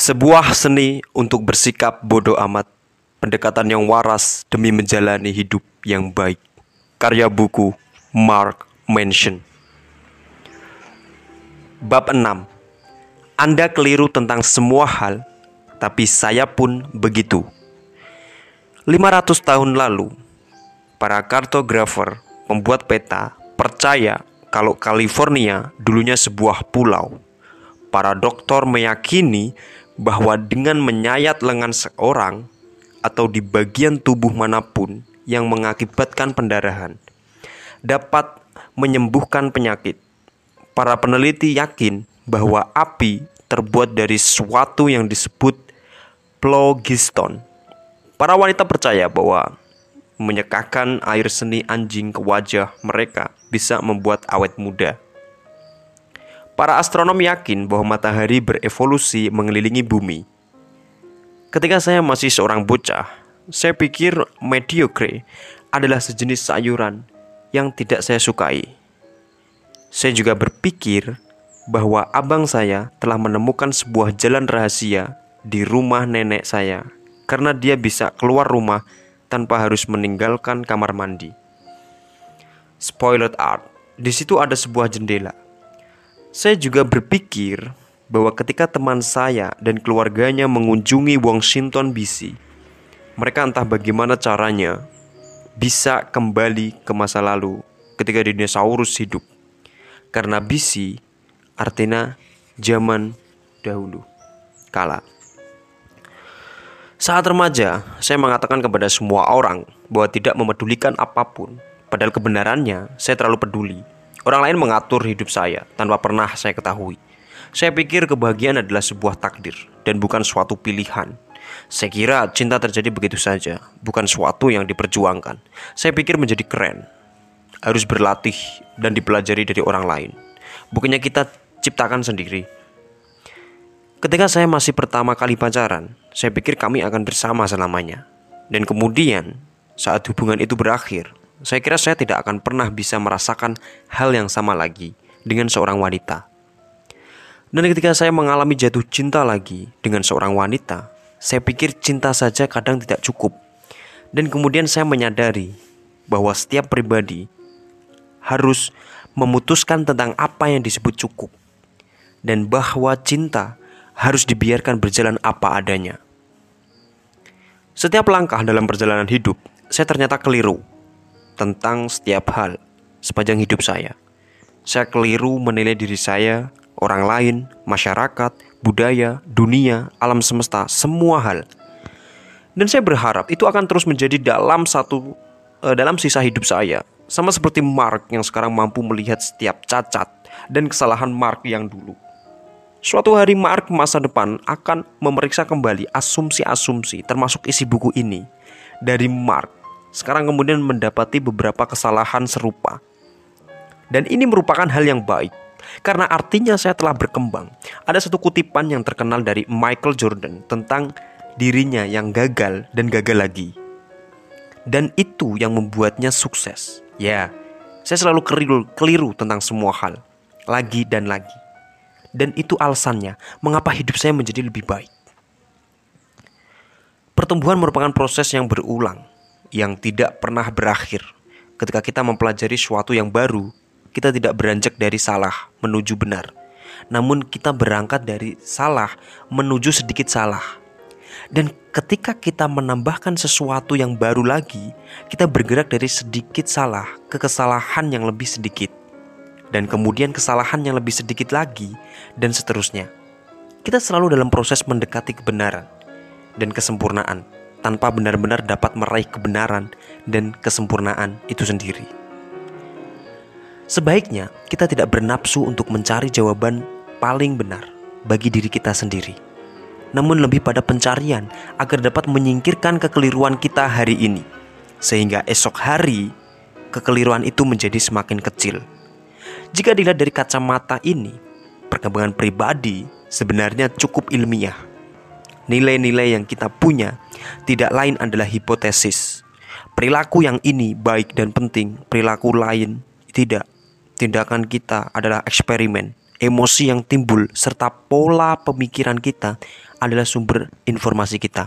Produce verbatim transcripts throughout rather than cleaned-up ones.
Sebuah seni untuk bersikap bodoh amat, pendekatan yang waras demi menjalani hidup yang baik. Karya buku Mark Manson. Bab enam. Anda keliru tentang semua hal, tapi saya pun begitu. lima ratus tahun lalu, para kartografer pembuat peta percaya kalau California dulunya sebuah pulau. Para dokter meyakini bahwa dengan menyayat lengan seorang atau di bagian tubuh manapun yang mengakibatkan pendarahan dapat menyembuhkan penyakit. Para peneliti yakin bahwa api terbuat dari sesuatu yang disebut phlogiston. Para wanita percaya bahwa menyekakan air seni anjing ke wajah mereka bisa membuat awet muda. Para astronom yakin bahwa matahari berevolusi mengelilingi bumi. Ketika saya masih seorang bocah, saya pikir mediocre adalah sejenis sayuran yang tidak saya sukai. Saya juga berpikir bahwa abang saya telah menemukan sebuah jalan rahasia di rumah nenek saya karena dia bisa keluar rumah tanpa harus meninggalkan kamar mandi. Spoiler alert, di situ ada sebuah jendela. Saya juga berpikir bahwa ketika teman saya dan keluarganya mengunjungi Washington D C, mereka entah bagaimana caranya bisa kembali ke masa lalu ketika dinosaurus hidup. Karena B C artinya zaman dahulu kala. Saat remaja, saya mengatakan kepada semua orang bahwa tidak memedulikan apapun. Padahal kebenarannya, saya terlalu peduli. Orang lain mengatur hidup saya tanpa pernah saya ketahui. Saya pikir kebahagiaan adalah sebuah takdir dan bukan suatu pilihan. Saya kira cinta terjadi begitu saja, bukan suatu yang diperjuangkan. Saya pikir menjadi keren harus berlatih dan dipelajari dari orang lain. Bukannya kita ciptakan sendiri. Ketika saya masih pertama kali pacaran, saya pikir kami akan bersama selamanya. Dan kemudian saat hubungan itu berakhir, saya kira saya tidak akan pernah bisa merasakan hal yang sama lagi dengan seorang wanita. Dan ketika saya mengalami jatuh cinta lagi dengan seorang wanita, saya pikir cinta saja kadang tidak cukup. Dan kemudian saya menyadari bahwa setiap pribadi harus memutuskan tentang apa yang disebut cukup. Dan bahwa cinta harus dibiarkan berjalan apa adanya. Setiap langkah dalam perjalanan hidup, saya ternyata keliru tentang setiap hal sepanjang hidup saya. Saya keliru menilai diri saya, orang lain, masyarakat, budaya, dunia, alam semesta, semua hal. Dan saya berharap itu akan terus menjadi dalam satu uh, dalam sisa hidup saya. Sama seperti Mark yang sekarang mampu melihat setiap cacat dan kesalahan Mark yang dulu. Suatu hari Mark masa depan akan memeriksa kembali asumsi-asumsi termasuk isi buku ini dari Mark. Sekarang kemudian mendapati beberapa kesalahan serupa. Dan ini merupakan hal yang baik, karena artinya saya telah berkembang. Ada satu kutipan yang terkenal dari Michael Jordan tentang dirinya yang gagal dan gagal lagi. Dan itu yang membuatnya sukses. Ya, saya selalu keliru, keliru tentang semua hal, lagi dan lagi. Dan itu alasannya mengapa hidup saya menjadi lebih baik. Pertumbuhan merupakan proses yang berulang, yang tidak pernah berakhir. Ketika kita mempelajari sesuatu yang baru, kita tidak beranjak dari salah menuju benar, namun kita berangkat dari salah menuju sedikit salah. Dan ketika kita menambahkan sesuatu yang baru lagi, kita bergerak dari sedikit salah ke kesalahan yang lebih sedikit, dan kemudian kesalahan yang lebih sedikit lagi, dan seterusnya. Kita selalu dalam proses mendekati kebenaran dan kesempurnaan, tanpa benar-benar dapat meraih kebenaran dan kesempurnaan itu sendiri. Sebaiknya kita tidak bernafsu untuk mencari jawaban paling benar bagi diri kita sendiri, namun lebih pada pencarian agar dapat menyingkirkan kekeliruan kita hari ini, sehingga esok hari kekeliruan itu menjadi semakin kecil. Jika dilihat dari kacamata ini, perkembangan pribadi sebenarnya cukup ilmiah. Nilai-nilai yang kita punya tidak lain adalah hipotesis. Perilaku yang ini baik dan penting, perilaku lain tidak. Tindakan kita adalah eksperimen, emosi yang timbul, serta pola pemikiran kita adalah sumber informasi kita.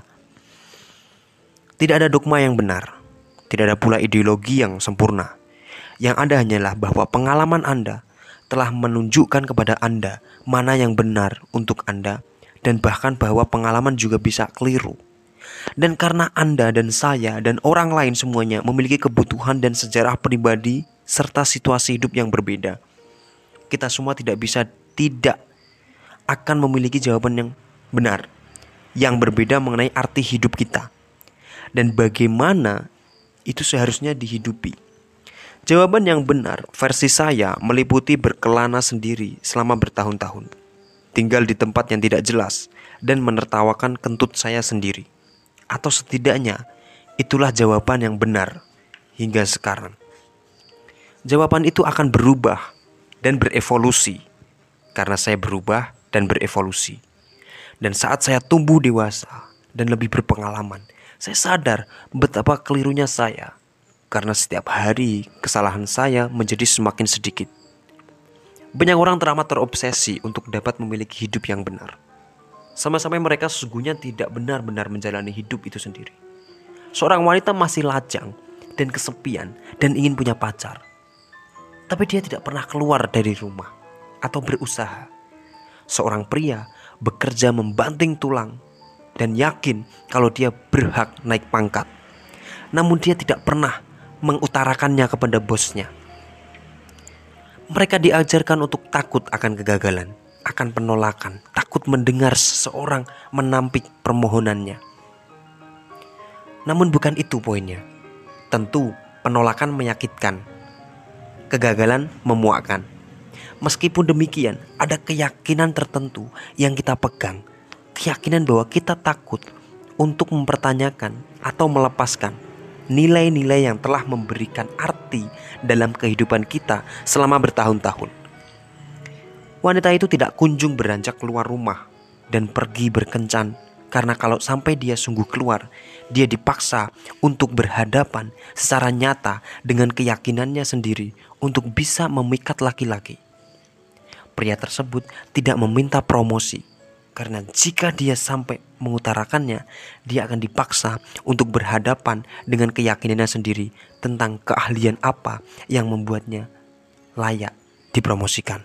Tidak ada dogma yang benar, tidak ada pula ideologi yang sempurna. Yang ada hanyalah bahwa pengalaman Anda telah menunjukkan kepada Anda mana yang benar untuk Anda, dan bahkan bahwa pengalaman juga bisa keliru. Dan karena Anda dan saya dan orang lain semuanya memiliki kebutuhan dan sejarah pribadi serta situasi hidup yang berbeda, kita semua tidak bisa tidak akan memiliki jawaban yang benar, yang berbeda mengenai arti hidup kita dan bagaimana itu seharusnya dihidupi. Jawaban yang benar versi saya meliputi berkelana sendiri selama bertahun-tahun, tinggal di tempat yang tidak jelas dan menertawakan kentut saya sendiri. Atau setidaknya itulah jawaban yang benar hingga sekarang. Jawaban itu akan berubah dan berevolusi karena saya berubah dan berevolusi. Dan saat saya tumbuh dewasa dan lebih berpengalaman, saya sadar betapa kelirunya saya, karena setiap hari kesalahan saya menjadi semakin sedikit. Banyak orang teramat terobsesi untuk dapat memiliki hidup yang benar, sama-sama mereka sesungguhnya tidak benar-benar menjalani hidup itu sendiri. Seorang wanita masih lajang dan kesepian dan ingin punya pacar, tapi dia tidak pernah keluar dari rumah atau berusaha. Seorang pria bekerja membanting tulang dan yakin kalau dia berhak naik pangkat, namun dia tidak pernah mengutarakannya kepada bosnya. Mereka diajarkan untuk takut akan kegagalan, akan penolakan, takut mendengar seseorang menampik permohonannya. Namun bukan itu poinnya. Tentu penolakan menyakitkan, kegagalan memuakkan. Meskipun demikian, ada keyakinan tertentu yang kita pegang, keyakinan bahwa kita takut untuk mempertanyakan atau melepaskan nilai-nilai yang telah memberikan arti dalam kehidupan kita selama bertahun-tahun. Wanita itu tidak kunjung beranjak keluar rumah dan pergi berkencan, karena kalau sampai dia sungguh keluar, dia dipaksa untuk berhadapan secara nyata dengan keyakinannya sendiri untuk bisa memikat laki-laki. Pria tersebut tidak meminta promosi, karena jika dia sampai mengutarakannya, dia akan dipaksa untuk berhadapan dengan keyakinannya sendiri tentang keahlian apa yang membuatnya layak dipromosikan.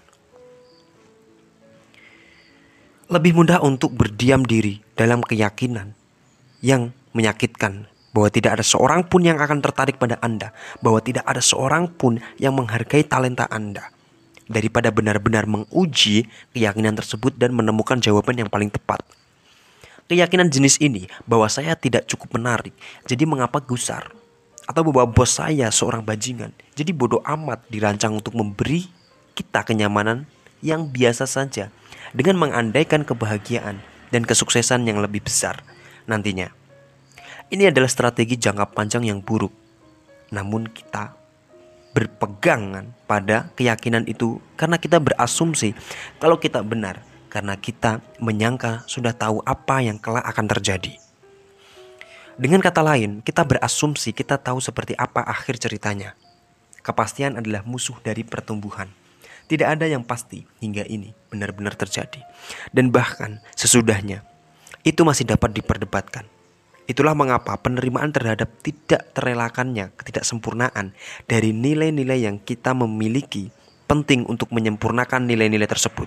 Lebih mudah untuk berdiam diri dalam keyakinan yang menyakitkan bahwa tidak ada seorang pun yang akan tertarik pada Anda, bahwa tidak ada seorang pun yang menghargai talenta Anda, daripada benar-benar menguji keyakinan tersebut dan menemukan jawaban yang paling tepat. Keyakinan jenis ini bahwa saya tidak cukup menarik, jadi mengapa gusar? Atau bahwa bos saya seorang bajingan, jadi bodoh amat dirancang untuk memberi kita kenyamanan yang biasa saja, dengan mengandaikan kebahagiaan dan kesuksesan yang lebih besar nantinya. Ini adalah strategi jangka panjang yang buruk. Namun kita berpegangan pada keyakinan itu karena kita berasumsi kalau kita benar, karena kita menyangka sudah tahu apa yang kelak akan terjadi. Dengan kata lain, kita berasumsi kita tahu seperti apa akhir ceritanya. Kepastian adalah musuh dari pertumbuhan. Tidak ada yang pasti hingga ini benar-benar terjadi. Dan bahkan sesudahnya, itu masih dapat diperdebatkan. Itulah mengapa penerimaan terhadap tidak terelakannya ketidaksempurnaan dari nilai-nilai yang kita memiliki penting untuk menyempurnakan nilai-nilai tersebut.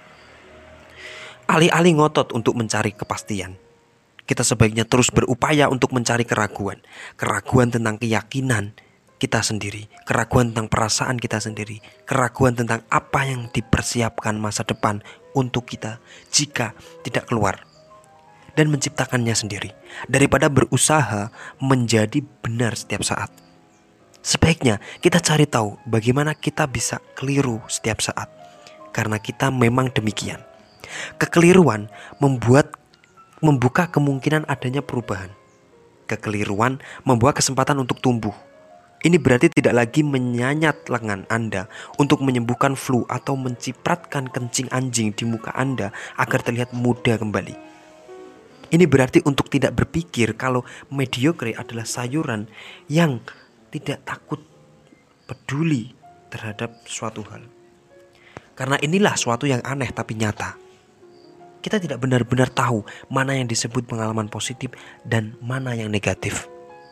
Alih-alih ngotot untuk mencari kepastian, kita sebaiknya terus berupaya untuk mencari keraguan. Keraguan tentang keyakinan kita sendiri, keraguan tentang perasaan kita sendiri, keraguan tentang apa yang dipersiapkan masa depan untuk kita jika tidak keluar dan menciptakannya sendiri, daripada berusaha menjadi benar setiap saat. Sebaiknya kita cari tahu bagaimana kita bisa keliru setiap saat, karena kita memang demikian. Kekeliruan membuat membuka kemungkinan adanya perubahan. Kekeliruan membuka kesempatan untuk tumbuh. Ini berarti tidak lagi menyanyat lengan Anda untuk menyembuhkan flu atau mencipratkan kencing anjing di muka Anda agar terlihat muda kembali. Ini berarti untuk tidak berpikir kalau mediocre adalah sayuran yang tidak takut peduli terhadap suatu hal. Karena inilah suatu yang aneh tapi nyata. Kita tidak benar-benar tahu mana yang disebut pengalaman positif dan mana yang negatif.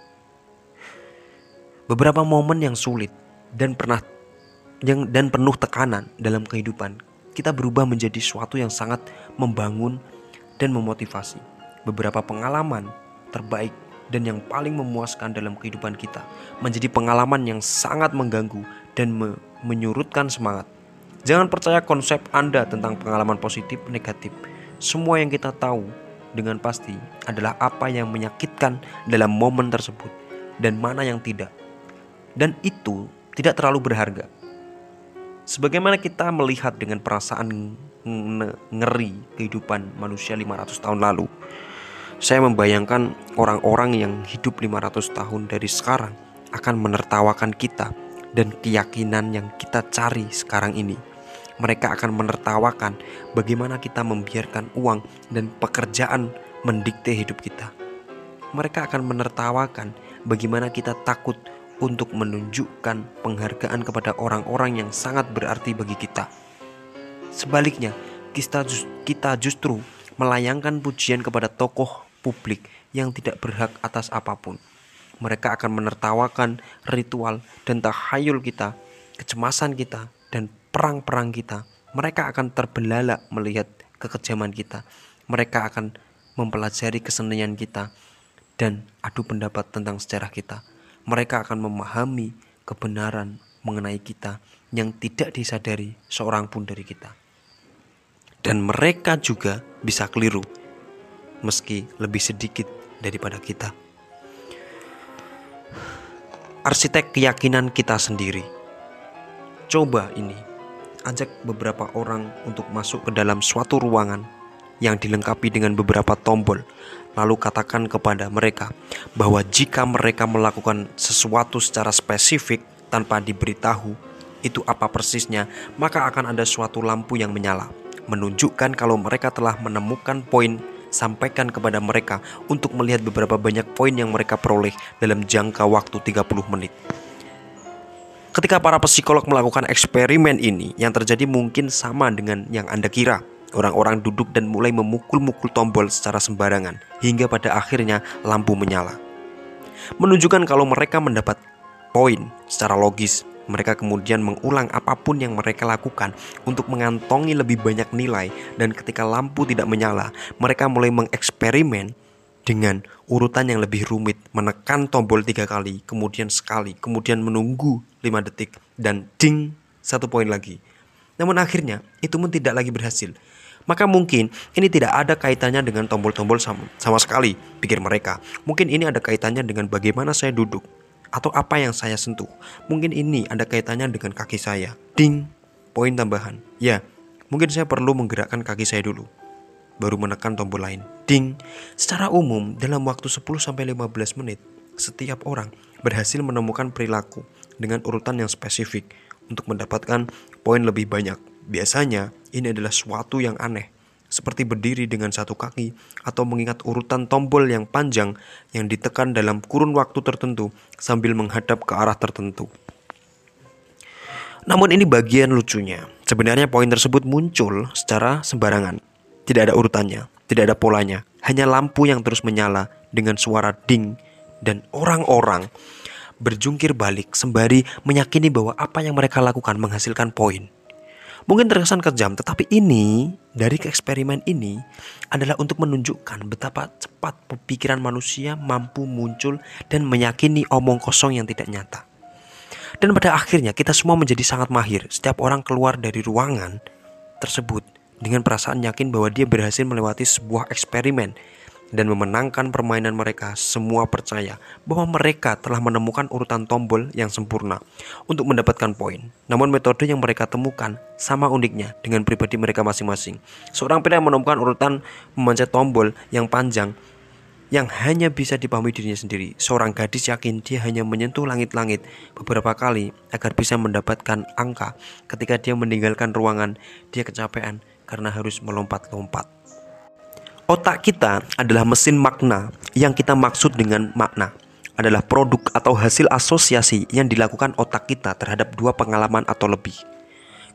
Beberapa momen yang sulit dan pernah yang dan penuh tekanan dalam kehidupan, kita berubah menjadi suatu yang sangat membangun dan memotivasi. Beberapa pengalaman terbaik dan yang paling memuaskan dalam kehidupan kita menjadi pengalaman yang sangat mengganggu dan me- menyurutkan semangat. Jangan percaya konsep Anda tentang pengalaman positif negatif. Semua yang kita tahu dengan pasti adalah apa yang menyakitkan dalam momen tersebut dan mana yang tidak. Dan itu tidak terlalu berharga. Sebagaimana kita melihat dengan perasaan ngeri kehidupan manusia lima ratus tahun lalu, saya membayangkan orang-orang yang hidup lima ratus tahun dari sekarang akan menertawakan kita dan keyakinan yang kita cari sekarang ini. Mereka akan menertawakan bagaimana kita membiarkan uang dan pekerjaan mendikte hidup kita. Mereka akan menertawakan bagaimana kita takut untuk menunjukkan penghargaan kepada orang-orang yang sangat berarti bagi kita. Sebaliknya, kita, kita justru melayangkan pujian kepada tokoh publik yang tidak berhak atas apapun. Mereka akan menertawakan ritual dan tahayul kita, kecemasan kita, dan perang-perang kita. Mereka akan terbelalak melihat kekejaman kita. Mereka akan mempelajari kesenian kita dan adu pendapat tentang sejarah kita. Mereka akan memahami kebenaran mengenai kita yang tidak disadari seorang pun dari kita. Dan mereka juga bisa keliru, meski lebih sedikit daripada kita. Arsitek keyakinan kita sendiri. Coba ini, ajak beberapa orang untuk masuk ke dalam suatu ruangan yang dilengkapi dengan beberapa tombol. Lalu katakan kepada mereka bahwa jika mereka melakukan sesuatu secara spesifik tanpa diberitahu itu apa persisnya, maka akan ada suatu lampu yang menyala, menunjukkan kalau mereka telah menemukan poin. Sampaikan kepada mereka untuk melihat beberapa banyak poin yang mereka peroleh dalam jangka waktu tiga puluh menit. Ketika para psikolog melakukan eksperimen ini, yang terjadi mungkin sama dengan yang Anda kira. Orang-orang duduk dan mulai memukul-mukul tombol secara sembarangan, hingga pada akhirnya lampu menyala, menunjukkan kalau mereka mendapat poin secara logis. Mereka kemudian mengulang apapun yang mereka lakukan untuk mengantongi lebih banyak nilai. Dan ketika lampu tidak menyala, mereka mulai mengeksperimen dengan urutan yang lebih rumit, menekan tombol tiga kali, kemudian sekali, kemudian menunggu lima detik, dan ding, satu poin lagi. Namun akhirnya itu pun tidak lagi berhasil. Maka mungkin ini tidak ada kaitannya dengan tombol-tombol sama, sama sekali, pikir mereka. Mungkin ini ada kaitannya dengan bagaimana saya duduk atau apa yang saya sentuh. Mungkin ini ada kaitannya dengan kaki saya. Ding, poin tambahan. Ya, mungkin saya perlu menggerakkan kaki saya dulu, baru menekan tombol lain. Ding. Secara umum dalam waktu sepuluh sampai lima belas menit, setiap orang berhasil menemukan perilaku dengan urutan yang spesifik untuk mendapatkan poin lebih banyak. Biasanya ini adalah suatu yang aneh, seperti berdiri dengan satu kaki atau mengingat urutan tombol yang panjang yang ditekan dalam kurun waktu tertentu sambil menghadap ke arah tertentu. Namun ini bagian lucunya. Sebenarnya poin tersebut muncul secara sembarangan. Tidak ada urutannya, tidak ada polanya. Hanya lampu yang terus menyala dengan suara ding, dan orang-orang berjungkir balik sembari meyakini bahwa apa yang mereka lakukan menghasilkan poin. Mungkin terkesan kejam, tetapi ini dari eksperimen ini adalah untuk menunjukkan betapa cepat pikiran manusia mampu muncul dan meyakini omong kosong yang tidak nyata. Dan pada akhirnya kita semua menjadi sangat mahir. Setiap orang keluar dari ruangan tersebut dengan perasaan yakin bahwa dia berhasil melewati sebuah eksperimen dan memenangkan permainan mereka. Semua percaya bahwa mereka telah menemukan urutan tombol yang sempurna untuk mendapatkan poin. Namun metode yang mereka temukan sama uniknya dengan pribadi mereka masing-masing. Seorang pria menemukan urutan memencet tombol yang panjang yang hanya bisa dipahami dirinya sendiri. Seorang gadis yakin dia hanya menyentuh langit-langit beberapa kali agar bisa mendapatkan angka. Ketika dia meninggalkan ruangan, dia kecapean karena harus melompat-lompat. Otak kita adalah mesin makna. Yang kita maksud dengan makna adalah produk atau hasil asosiasi yang dilakukan otak kita terhadap dua pengalaman atau lebih.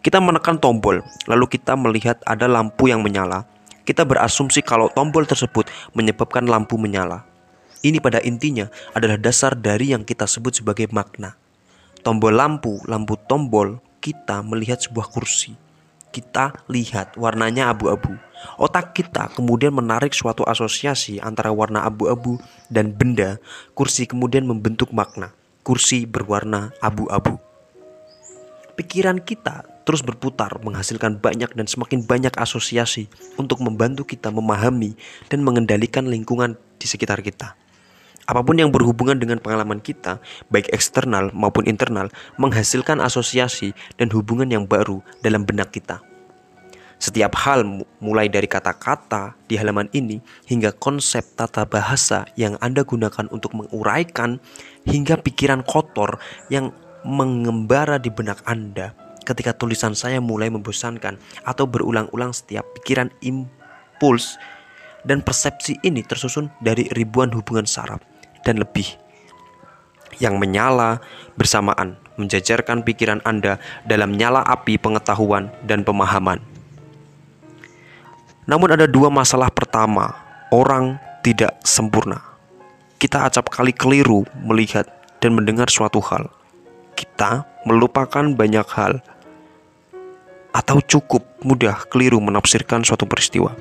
Kita menekan tombol, lalu kita melihat ada lampu yang menyala. Kita berasumsi kalau tombol tersebut menyebabkan lampu menyala. Ini pada intinya adalah dasar dari yang kita sebut sebagai makna. Tombol lampu, lampu tombol, kita melihat sebuah kursi. Kita lihat warnanya abu-abu. Otak kita kemudian menarik suatu asosiasi antara warna abu-abu dan benda. Kursi kemudian membentuk makna. Kursi berwarna abu-abu. Pikiran kita terus berputar, menghasilkan banyak dan semakin banyak asosiasi untuk membantu kita memahami dan mengendalikan lingkungan di sekitar kita. Apapun yang berhubungan dengan pengalaman kita, baik eksternal maupun internal, menghasilkan asosiasi dan hubungan yang baru dalam benak kita. Setiap hal, mulai dari kata-kata di halaman ini hingga konsep tata bahasa yang Anda gunakan untuk menguraikan, hingga pikiran kotor yang mengembara di benak Anda ketika tulisan saya mulai membosankan atau berulang-ulang. Setiap pikiran, impuls, dan persepsi ini tersusun dari ribuan hubungan saraf dan lebih yang menyala bersamaan, menjajarkan pikiran Anda dalam nyala api pengetahuan dan pemahaman. Namun ada dua masalah. Pertama, orang tidak sempurna. Kita acap kali keliru melihat dan mendengar suatu hal. Kita melupakan banyak hal atau cukup mudah keliru menafsirkan suatu peristiwa.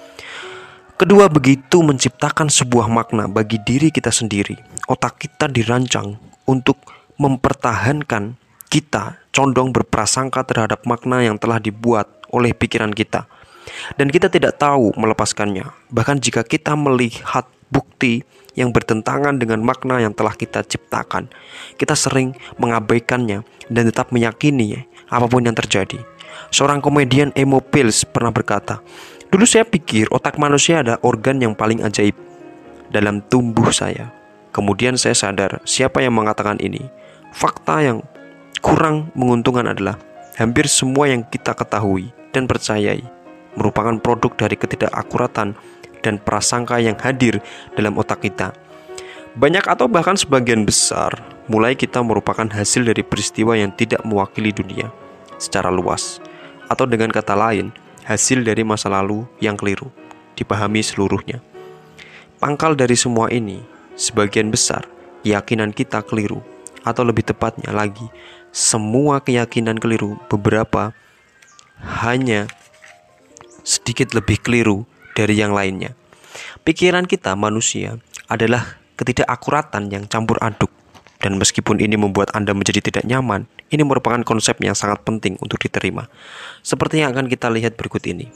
Kedua, begitu menciptakan sebuah makna bagi diri kita sendiri, otak kita dirancang untuk mempertahankan. Kita condong berprasangka terhadap makna yang telah dibuat oleh pikiran kita, dan kita tidak tahu melepaskannya. Bahkan jika kita melihat bukti yang bertentangan dengan makna yang telah kita ciptakan, kita sering mengabaikannya dan tetap meyakini apapun yang terjadi. Seorang komedian Emo Pills pernah berkata, "Dulu saya pikir otak manusia ada organ yang paling ajaib dalam tubuh saya. Kemudian saya sadar siapa yang mengatakan ini. Fakta yang kurang menguntungkan adalah hampir semua yang kita ketahui dan percayai merupakan produk dari ketidakakuratan dan prasangka yang hadir dalam otak kita. Banyak atau bahkan sebagian besar mulai kita merupakan hasil dari peristiwa yang tidak mewakili dunia secara luas, atau dengan kata lain, hasil dari masa lalu yang keliru dipahami seluruhnya. Pangkal dari semua ini, sebagian besar keyakinan kita keliru, atau lebih tepatnya lagi, semua keyakinan keliru, beberapa hanya sedikit lebih keliru dari yang lainnya. Pikiran kita manusia adalah ketidakakuratan yang campur aduk, dan meskipun ini membuat Anda menjadi tidak nyaman, ini merupakan konsep yang sangat penting untuk diterima. Seperti yang akan kita lihat berikut ini.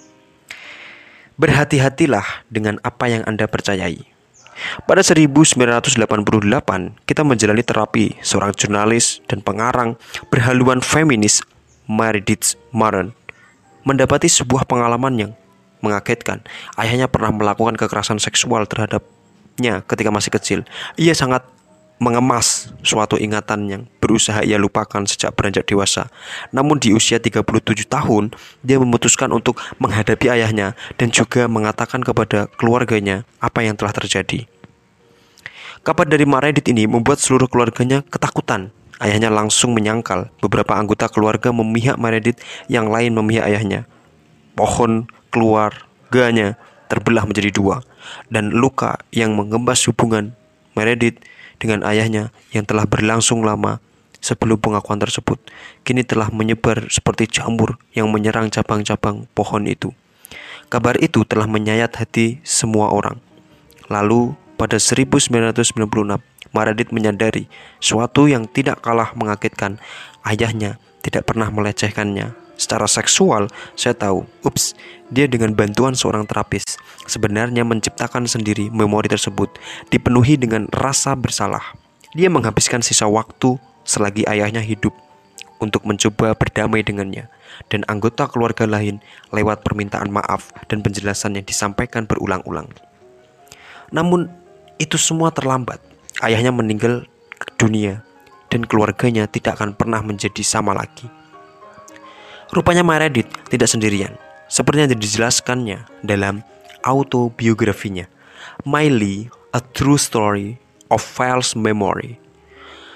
Berhati-hatilah dengan apa yang Anda percayai. Pada seribu sembilan ratus delapan puluh delapan, kita menjalani terapi seorang jurnalis dan pengarang berhaluan feminis Meredith Maron mendapati sebuah pengalaman yang mengagetkan. Ayahnya pernah melakukan kekerasan seksual terhadapnya ketika masih kecil. Ia sangat mengemas suatu ingatan yang berusaha ia lupakan sejak beranjak dewasa. Namun di usia tiga puluh tujuh tahun, dia memutuskan untuk menghadapi ayahnya dan juga mengatakan kepada keluarganya apa yang telah terjadi. Kabar dari Meredith ini membuat seluruh keluarganya ketakutan. Ayahnya langsung menyangkal. Beberapa anggota keluarga memihak Meredith, yang lain memihak ayahnya. Pohon keluarganya terbelah menjadi dua, dan luka yang mengembas hubungan Meredith dengan ayahnya yang telah berlangsung lama sebelum pengakuan tersebut kini telah menyebar seperti jamur yang menyerang cabang-cabang pohon itu. Kabar itu telah menyayat hati semua orang. Lalu pada seribu sembilan ratus sembilan puluh enam, Meredith menyadari suatu yang tidak kalah mengagetkan. Ayahnya tidak pernah melecehkannya secara seksual. Saya tahu, ups, dia dengan bantuan seorang terapis sebenarnya menciptakan sendiri memori tersebut, dipenuhi dengan rasa bersalah. Dia menghabiskan sisa waktu selagi ayahnya hidup untuk mencoba berdamai dengannya dan anggota keluarga lain lewat permintaan maaf dan penjelasan yang disampaikan berulang-ulang. Namun itu semua terlambat. Ayahnya meninggal dunia dan keluarganya tidak akan pernah menjadi sama lagi. Rupanya Meredith tidak sendirian, seperti yang dijelaskannya dalam autobiografinya, Miley, A True Story of False Memory.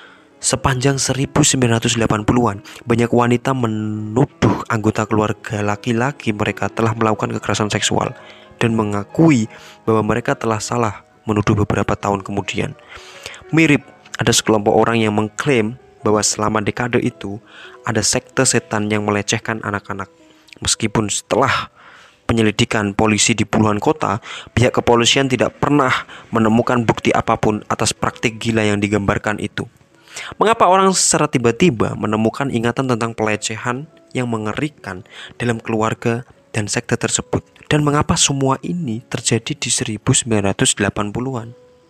Sepanjang seribu sembilan ratus delapan puluhan, banyak wanita menuduh anggota keluarga laki-laki mereka telah melakukan kekerasan seksual dan mengakui bahwa mereka telah salah menuduh beberapa tahun kemudian. Mirip, ada sekelompok orang yang mengklaim bahwa selama dekade itu ada sekte setan yang melecehkan anak-anak. Meskipun setelah penyelidikan polisi di puluhan kota, pihak kepolisian tidak pernah menemukan bukti apapun atas praktik gila yang digambarkan itu. Mengapa orang secara tiba-tiba menemukan ingatan tentang pelecehan yang mengerikan dalam keluarga dan sekte tersebut? Dan mengapa semua ini terjadi di seribu sembilan ratus delapan puluhan?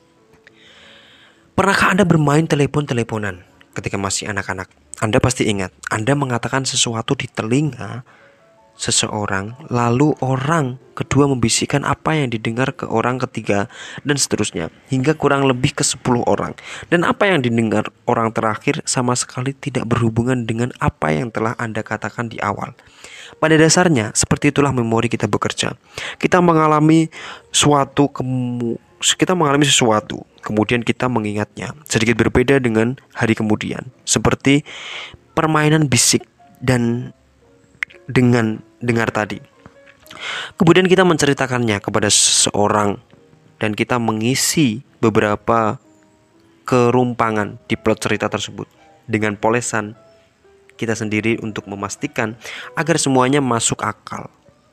Pernahkah Anda bermain telepon-teleponan ketika masih anak-anak? Anda pasti ingat, Anda mengatakan sesuatu di telinga seseorang, lalu orang kedua membisikkan apa yang didengar ke orang ketiga, dan seterusnya, hingga kurang lebih ke sepuluh orang. Dan apa yang didengar orang terakhir sama sekali tidak berhubungan dengan apa yang telah Anda katakan di awal. Pada dasarnya, seperti itulah memori kita bekerja. Kita mengalami suatu kemu kita mengalami sesuatu, kemudian kita mengingatnya, sedikit berbeda dengan hari kemudian, seperti permainan bisik dan dengan dengar tadi. Kemudian kita menceritakannya kepada seseorang dan kita mengisi beberapa kerumpangan di plot cerita tersebut dengan polesan kita sendiri untuk memastikan agar semuanya masuk akal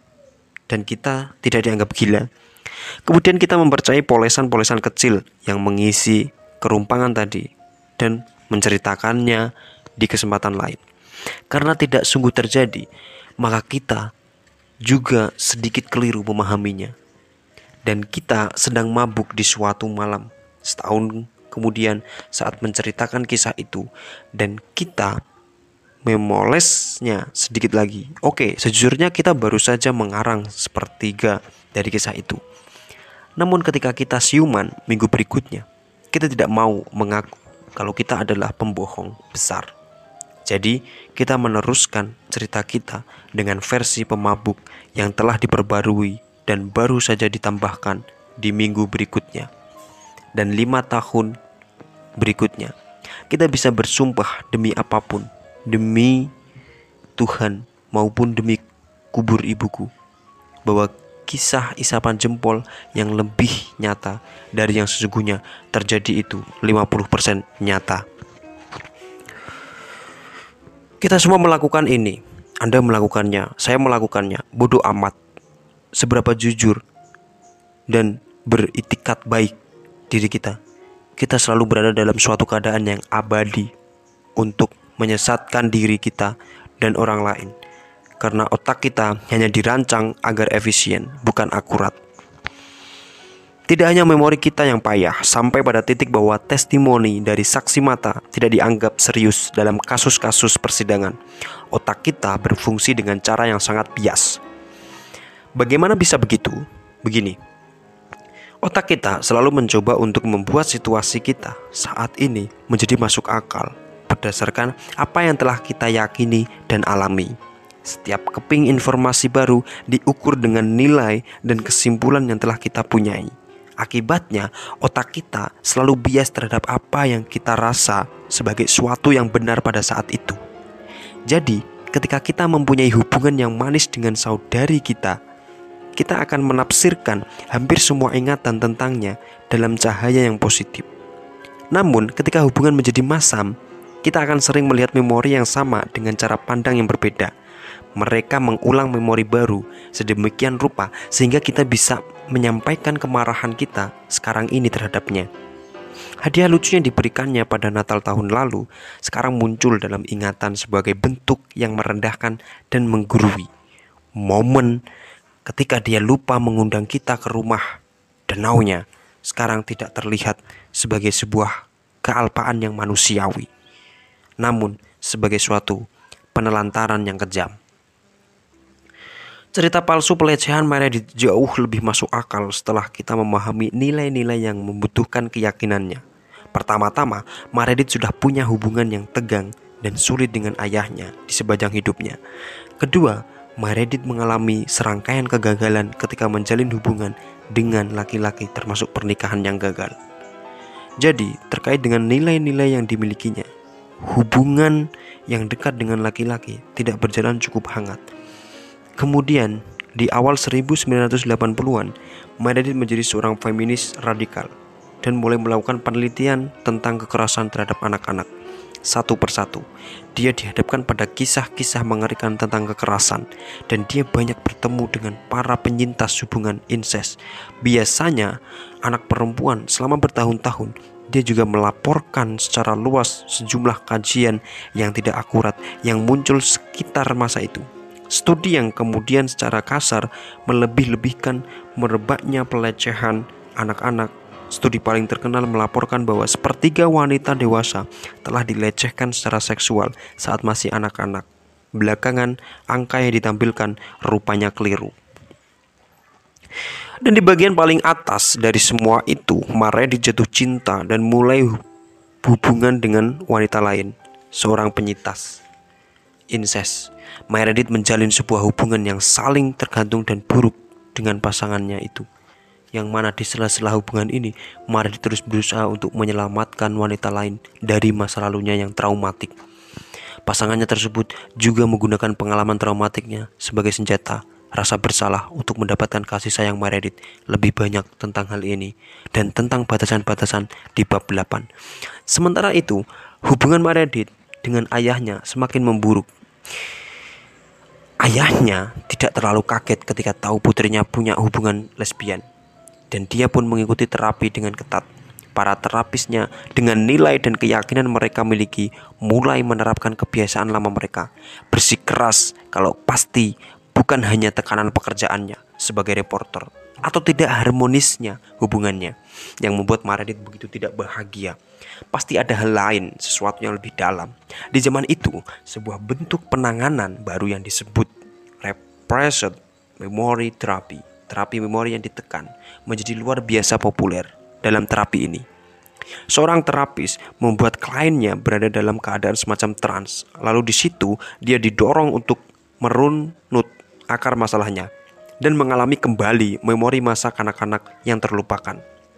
dan kita tidak dianggap gila. Kemudian kita mempercayai polesan-polesan kecil yang mengisi kerumpangan tadi dan menceritakannya di kesempatan lain. Karena tidak sungguh terjadi, maka kita juga sedikit keliru memahaminya. Dan kita sedang mabuk di suatu malam setahun kemudian saat menceritakan kisah itu, dan kita memolesnya sedikit lagi. Oke, sejujurnya kita baru saja mengarang sepertiga dari kisah itu. Namun ketika kita siuman minggu berikutnya, kita tidak mau mengaku kalau kita adalah pembohong besar. Jadi kita meneruskan cerita kita dengan versi pemabuk yang telah diperbarui dan baru saja ditambahkan di minggu berikutnya. Dan lima tahun berikutnya, kita bisa bersumpah demi apapun, demi Tuhan maupun demi kubur ibuku, bahwa kisah isapan jempol yang lebih nyata dari yang sesungguhnya terjadi itu lima puluh persen nyata. Kita semua melakukan ini. Anda melakukannya, saya melakukannya. Bodoh amat. Seberapa jujur dan beritikat baik diri kita, kita selalu berada dalam suatu keadaan yang abadi untuk menyesatkan diri kita dan orang lain. Karena otak kita hanya dirancang agar efisien, bukan akurat. Tidak hanya memori kita yang payah, sampai pada titik bahwa testimoni dari saksi mata tidak dianggap serius dalam kasus-kasus persidangan. Otak kita berfungsi dengan cara yang sangat bias. Bagaimana bisa begitu? Begini, otak kita selalu mencoba untuk membuat situasi kita saat ini menjadi masuk akal berdasarkan apa yang telah kita yakini dan alami. Setiap keping informasi baru diukur dengan nilai dan kesimpulan yang telah kita punyai. Akibatnya, otak kita selalu bias terhadap apa yang kita rasa sebagai suatu yang benar pada saat itu. Jadi, ketika kita mempunyai hubungan yang manis dengan saudari kita, kita akan menafsirkan hampir semua ingatan tentangnya dalam cahaya yang positif. Namun, ketika hubungan menjadi masam, kita akan sering melihat memori yang sama dengan cara pandang yang berbeda. Mereka mengulang memori baru sedemikian rupa sehingga kita bisa menyampaikan kemarahan kita sekarang ini terhadapnya. Hadiah lucu yang diberikannya pada Natal tahun lalu sekarang muncul dalam ingatan sebagai bentuk yang merendahkan dan menggurui. Momen ketika dia lupa mengundang kita ke rumah danaunya sekarang tidak terlihat sebagai sebuah kealpaan yang manusiawi, namun sebagai suatu penelantaran yang kejam. Cerita palsu pelecehan Meredith jauh lebih masuk akal setelah kita memahami nilai-nilai yang membutuhkan keyakinannya. Pertama-tama, Meredith sudah punya hubungan yang tegang dan sulit dengan ayahnya di sepanjang hidupnya. Kedua, Meredith mengalami serangkaian kegagalan ketika menjalin hubungan dengan laki-laki, termasuk pernikahan yang gagal. Jadi, terkait dengan nilai-nilai yang dimilikinya, hubungan yang dekat dengan laki-laki tidak berjalan cukup hangat. Kemudian di awal seribu sembilan ratus delapan puluhan, Meredith menjadi seorang feminis radikal dan mulai melakukan penelitian tentang kekerasan terhadap anak-anak. Satu persatu, dia dihadapkan pada kisah-kisah mengerikan tentang kekerasan, dan dia banyak bertemu dengan para penyintas hubungan incest. Biasanya anak perempuan. Selama bertahun-tahun dia juga melaporkan secara luas sejumlah kajian yang tidak akurat yang muncul sekitar masa itu. Studi yang kemudian secara kasar melebih-lebihkan merebaknya pelecehan anak-anak. Studi paling terkenal melaporkan bahwa sepertiga wanita dewasa telah dilecehkan secara seksual saat masih anak-anak. Belakangan, angka yang ditampilkan rupanya keliru. Dan di bagian paling atas dari semua itu, Meredith jatuh cinta dan mulai hubungan dengan wanita lain, seorang penyintas incest. Meredith menjalin sebuah hubungan yang saling tergantung dan buruk dengan pasangannya itu, yang mana di sela-sela hubungan ini Meredith terus berusaha untuk menyelamatkan wanita lain dari masa lalunya yang traumatik. Pasangannya tersebut juga menggunakan pengalaman traumatiknya sebagai senjata rasa bersalah untuk mendapatkan kasih sayang Meredith. Lebih banyak tentang hal ini dan tentang batasan-batasan di bab delapan. Sementara itu, hubungan Meredith dengan ayahnya semakin memburuk. Ayahnya tidak terlalu kaget ketika tahu putrinya punya hubungan lesbian, dan dia pun mengikuti terapi dengan ketat. Para terapisnya dengan nilai dan keyakinan mereka miliki mulai menerapkan kebiasaan lama mereka. Bersikeras kalau pasti bukan hanya tekanan pekerjaannya sebagai reporter atau tidak harmonisnya hubungannya yang membuat Meredith begitu tidak bahagia. Pasti ada hal lain, sesuatu yang lebih dalam. Di zaman itu, sebuah bentuk penanganan baru yang disebut repressed memory therapy, terapi memori yang ditekan, menjadi luar biasa populer. Dalam terapi ini, seorang terapis membuat kliennya berada dalam keadaan semacam trans. Lalu di situ dia didorong untuk merunut akar masalahnya dan mengalami kembali memori masa kanak-kanak yang terlupakan.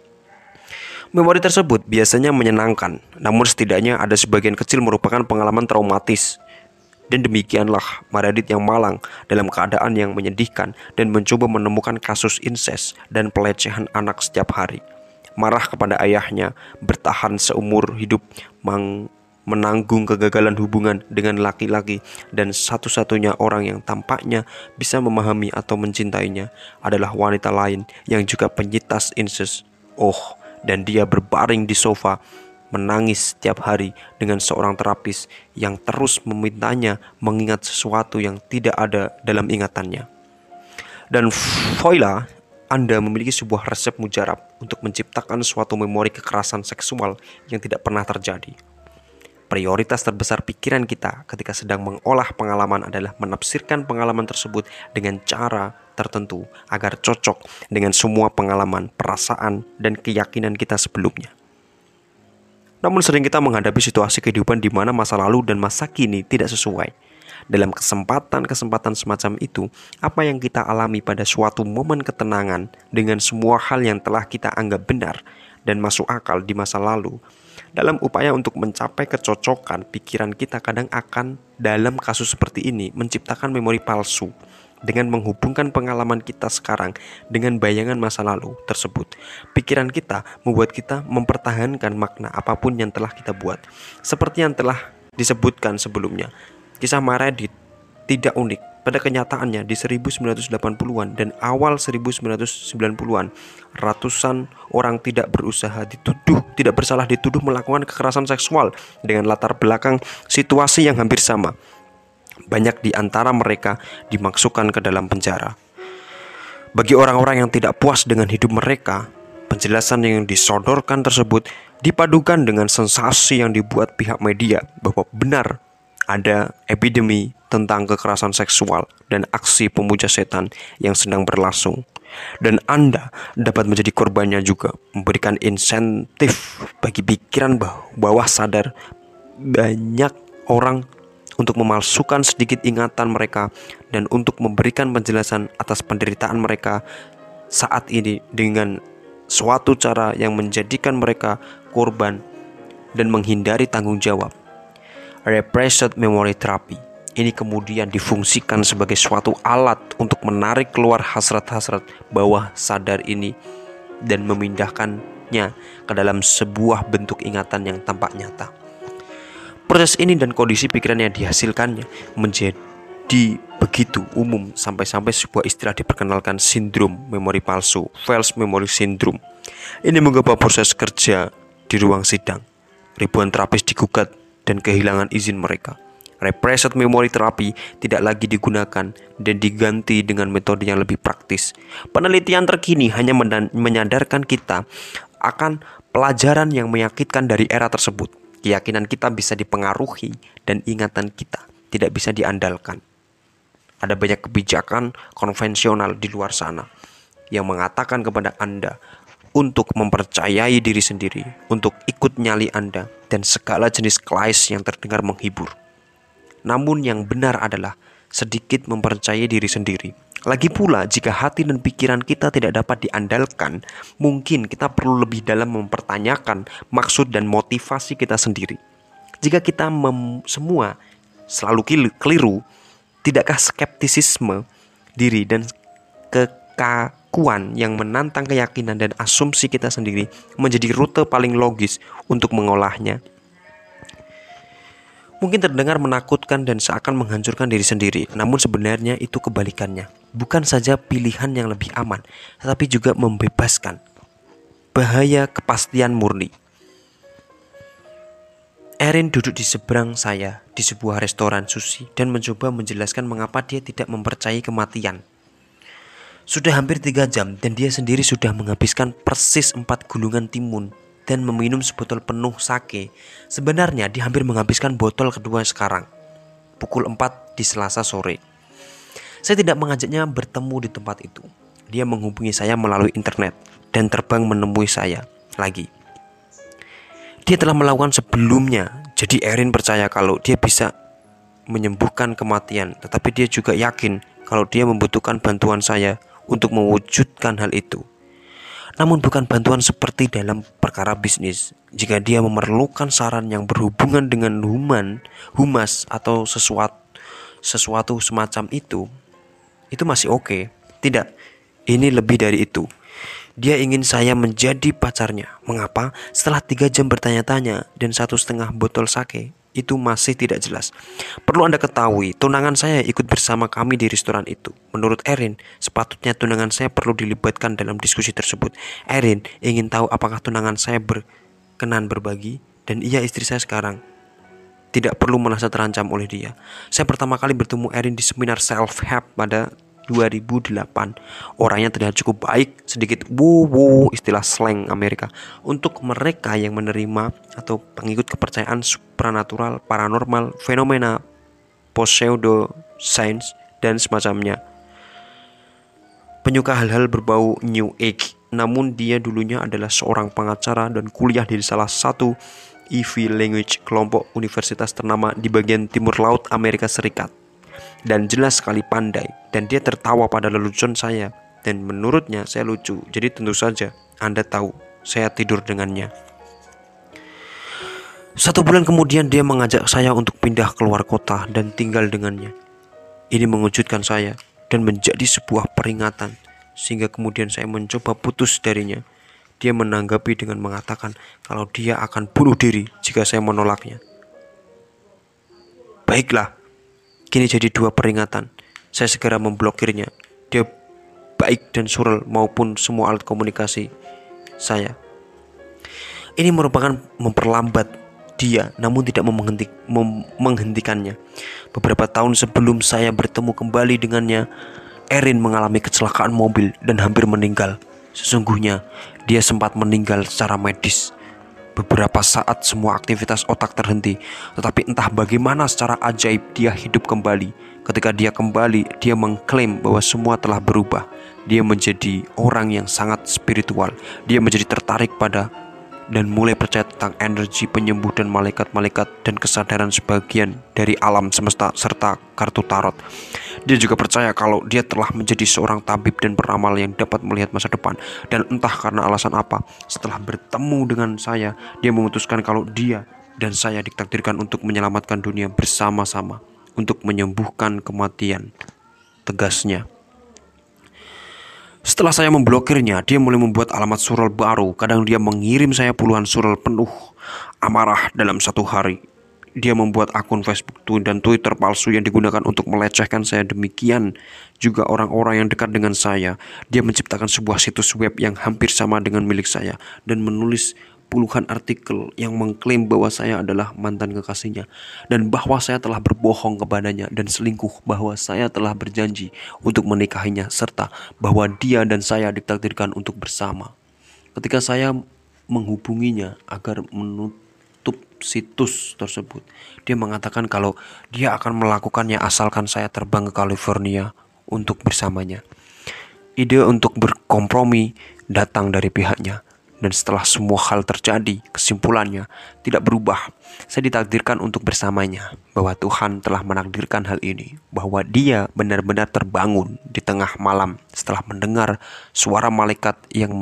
Memori tersebut biasanya menyenangkan, namun setidaknya ada sebagian kecil merupakan pengalaman traumatis. Dan demikianlah Meredith yang malang dalam keadaan yang menyedihkan dan mencoba menemukan kasus incest dan pelecehan anak setiap hari. Marah kepada ayahnya, bertahan seumur hidup, menanggung kegagalan hubungan dengan laki-laki, dan satu-satunya orang yang tampaknya bisa memahami atau mencintainya adalah wanita lain yang juga penyintas incest. Oh, dan dia berbaring di sofa menangis setiap hari dengan seorang terapis yang terus memintanya mengingat sesuatu yang tidak ada dalam ingatannya. Dan voila, Anda memiliki sebuah resep mujarab untuk menciptakan suatu memori kekerasan seksual yang tidak pernah terjadi. Prioritas terbesar pikiran kita ketika sedang mengolah pengalaman adalah menafsirkan pengalaman tersebut dengan cara tertentu agar cocok dengan semua pengalaman, perasaan, dan keyakinan kita sebelumnya. Namun sering kita menghadapi situasi kehidupan di mana masa lalu dan masa kini tidak sesuai. Dalam kesempatan-kesempatan semacam itu, apa yang kita alami pada suatu momen ketenangan dengan semua hal yang telah kita anggap benar dan masuk akal di masa lalu, dalam upaya untuk mencapai kecocokan, pikiran kita kadang akan dalam kasus seperti ini menciptakan memori palsu dengan menghubungkan pengalaman kita sekarang dengan bayangan masa lalu tersebut. Pikiran kita membuat kita mempertahankan makna apapun yang telah kita buat. Seperti yang telah disebutkan sebelumnya, kisah Meredith tidak unik. Pada kenyataannya di seribu sembilan ratus delapan puluhan dan awal seribu sembilan ratus sembilan puluhan, ratusan orang tidak berusaha dituduh, tidak bersalah dituduh melakukan kekerasan seksual dengan latar belakang situasi yang hampir sama. Banyak di antara mereka dimasukkan ke dalam penjara. Bagi orang-orang yang tidak puas dengan hidup mereka, penjelasan yang disodorkan tersebut dipadukan dengan sensasi yang dibuat pihak media bahwa benar ada epidemi tentang kekerasan seksual dan aksi pemuja setan yang sedang berlangsung. Dan Anda dapat menjadi korbannya juga, memberikan insentif bagi pikiran bawah sadar banyak orang untuk memalsukan sedikit ingatan mereka dan untuk memberikan penjelasan atas penderitaan mereka saat ini dengan suatu cara yang menjadikan mereka korban dan menghindari tanggung jawab. repressed memory therapy. Ini kemudian difungsikan sebagai suatu alat untuk menarik keluar hasrat-hasrat bawah sadar ini dan memindahkannya ke dalam sebuah bentuk ingatan yang tampak nyata. Proses ini dan kondisi pikiran yang dihasilkannya menjadi begitu umum sampai-sampai sebuah istilah diperkenalkan, sindrom memori palsu, false memory syndrome. Ini mengubah proses kerja di ruang sidang. Ribuan terapis digugat dan kehilangan izin mereka. Repressed memory therapy tidak lagi digunakan dan diganti dengan metode yang lebih praktis. Penelitian terkini hanya menyadarkan kita akan pelajaran yang menyakitkan dari era tersebut. Keyakinan kita bisa dipengaruhi dan ingatan kita tidak bisa diandalkan. Ada banyak kebijakan konvensional di luar sana yang mengatakan kepada Anda untuk mempercayai diri sendiri, untuk ikut nyali Anda, dan segala jenis klise yang terdengar menghibur. Namun yang benar adalah sedikit mempercayai diri sendiri. Lagi pula, jika hati dan pikiran kita tidak dapat diandalkan, mungkin kita perlu lebih dalam mempertanyakan maksud dan motivasi kita sendiri. Jika kita mem- semua selalu keliru, tidakkah skeptisisme diri dan kekakuan yang menantang keyakinan dan asumsi kita sendiri menjadi rute paling logis untuk mengolahnya? Mungkin terdengar menakutkan dan seakan menghancurkan diri sendiri, namun sebenarnya itu kebalikannya. Bukan saja pilihan yang lebih aman, tetapi juga membebaskan. Bahaya kepastian murni. Erin duduk di seberang saya di sebuah restoran sushi dan mencoba menjelaskan mengapa dia tidak mempercayai kematian. Sudah hampir tiga jam dan dia sendiri sudah menghabiskan persis empat gulungan timun dan meminum sebotol penuh sake. Sebenarnya dia hampir menghabiskan botol kedua sekarang, pukul empat di Selasa sore. Saya tidak mengajaknya bertemu di tempat itu. Dia menghubungi saya melalui internet dan terbang menemui saya lagi. Dia telah melakukan sebelumnya, jadi Erin percaya kalau dia bisa menyembuhkan kematian. Tetapi dia juga yakin kalau dia membutuhkan bantuan saya untuk mewujudkan hal itu. Namun bukan bantuan seperti dalam perkara bisnis. Jika dia memerlukan saran yang berhubungan dengan human, humas atau sesuatu sesuatu semacam itu, itu masih oke. Tidak, ini lebih dari itu. Dia ingin saya menjadi pacarnya. Mengapa? Setelah tiga jam bertanya-tanya dan satu setengah botol sake, itu masih tidak jelas. Perlu Anda ketahui, tunangan saya ikut bersama kami di restoran itu. Menurut Erin, sepatutnya tunangan saya perlu dilibatkan dalam diskusi tersebut. Erin ingin tahu apakah tunangan saya berkenan berbagi, dan ia istri saya sekarang tidak perlu merasa terancam oleh dia. Saya pertama kali bertemu Erin di seminar self-help pada dua ribu delapan. Orangnya terlihat cukup baik, sedikit woo-woo, istilah slang Amerika, untuk mereka yang menerima atau pengikut kepercayaan supranatural, paranormal, fenomena pseudo-science dan semacamnya. Penyuka hal-hal berbau New Age. Namun dia dulunya adalah seorang pengacara dan kuliah di salah satu Ivy Language, kelompok universitas ternama di bagian timur laut Amerika Serikat. Dan jelas sekali pandai, dan dia tertawa pada lelucon saya, dan menurutnya saya lucu. Jadi tentu saja Anda tahu saya tidur dengannya. Satu bulan kemudian dia mengajak saya untuk pindah keluar kota dan tinggal dengannya. Ini mengejutkan saya dan menjadi sebuah peringatan, sehingga kemudian saya mencoba putus darinya. Dia menanggapi dengan mengatakan kalau dia akan bunuh diri jika saya menolaknya. Baiklah, kini jadi dua peringatan. Saya segera memblokirnya. Dia baik dan surel maupun semua alat komunikasi saya. Ini merupakan memperlambat dia, namun tidak menghenti, mem- menghentikannya. Beberapa tahun sebelum saya bertemu kembali dengannya, Erin mengalami kecelakaan mobil dan hampir meninggal. Sesungguhnya dia sempat meninggal secara medis. Beberapa saat semua aktivitas otak terhenti, tetapi entah bagaimana secara ajaib dia hidup kembali. Ketika dia kembali, dia mengklaim bahwa semua telah berubah. Dia menjadi orang yang sangat spiritual. Dia menjadi tertarik pada dan mulai percaya tentang energi penyembuh dan malaikat-malaikat dan kesadaran sebagian dari alam semesta serta kartu tarot. Dia juga percaya kalau dia telah menjadi seorang tabib dan peramal yang dapat melihat masa depan. Dan entah karena alasan apa, setelah bertemu dengan saya, dia memutuskan kalau dia dan saya ditakdirkan untuk menyelamatkan dunia bersama-sama, untuk menyembuhkan kematian, tegasnya. Setelah saya memblokirnya, dia mulai membuat alamat surel baru. Kadang dia mengirim saya puluhan surel penuh amarah dalam satu hari. Dia membuat akun Facebook dan Twitter palsu yang digunakan untuk melecehkan saya. Demikian juga orang-orang yang dekat dengan saya. Dia menciptakan sebuah situs web yang hampir sama dengan milik saya dan menulis puluhan artikel yang mengklaim bahwa saya adalah mantan kekasihnya dan bahwa saya telah berbohong kepadanya dan selingkuh, bahwa saya telah berjanji untuk menikahinya, serta bahwa dia dan saya ditakdirkan untuk bersama. Ketika saya menghubunginya agar menutup situs tersebut, dia mengatakan kalau dia akan melakukannya asalkan saya terbang ke California untuk bersamanya. Ide untuk berkompromi datang dari pihaknya, dan setelah semua hal terjadi, kesimpulannya tidak berubah. Saya ditakdirkan untuk bersamanya, bahwa Tuhan telah menakdirkan hal ini, bahwa dia benar-benar terbangun di tengah malam setelah mendengar suara malaikat yang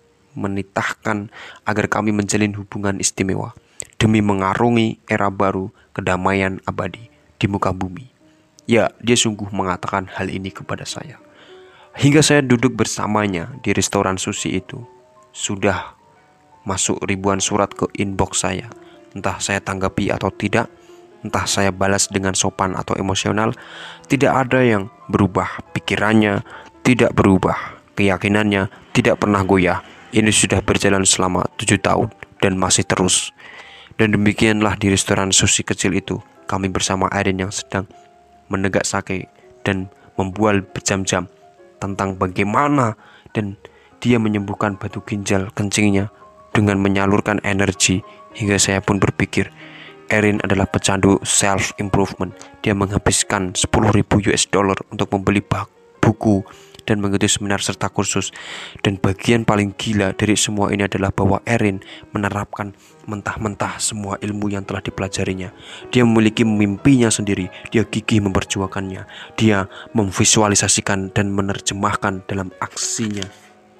menitahkan agar kami menjalin hubungan istimewa demi mengarungi era baru kedamaian abadi di muka bumi. Ya, dia sungguh mengatakan hal ini kepada saya. Hingga saya duduk bersamanya di restoran sushi itu, sudah masuk ribuan surat ke inbox saya. Entah saya tanggapi atau tidak, entah saya balas dengan sopan atau emosional, tidak ada yang berubah. Pikirannya tidak berubah, keyakinannya tidak pernah goyah. Ini sudah berjalan selama tujuh tahun dan masih terus. Dan demikianlah di restoran sushi kecil itu, kami bersama Erin yang sedang menegak sake dan membual berjam-jam tentang bagaimana dan dia menyembuhkan batu ginjal kencingnya dengan menyalurkan energi. Hingga saya pun berpikir, Erin adalah pecandu self-improvement. Dia menghabiskan sepuluh ribu US dollar untuk membeli buku dan mengikuti seminar serta kursus. Dan bagian paling gila dari semua ini adalah bahwa Erin menerapkan mentah-mentah semua ilmu yang telah dipelajarinya. Dia memiliki mimpinya sendiri. Dia gigih memperjuangkannya. Dia memvisualisasikan dan menerjemahkan dalam aksinya.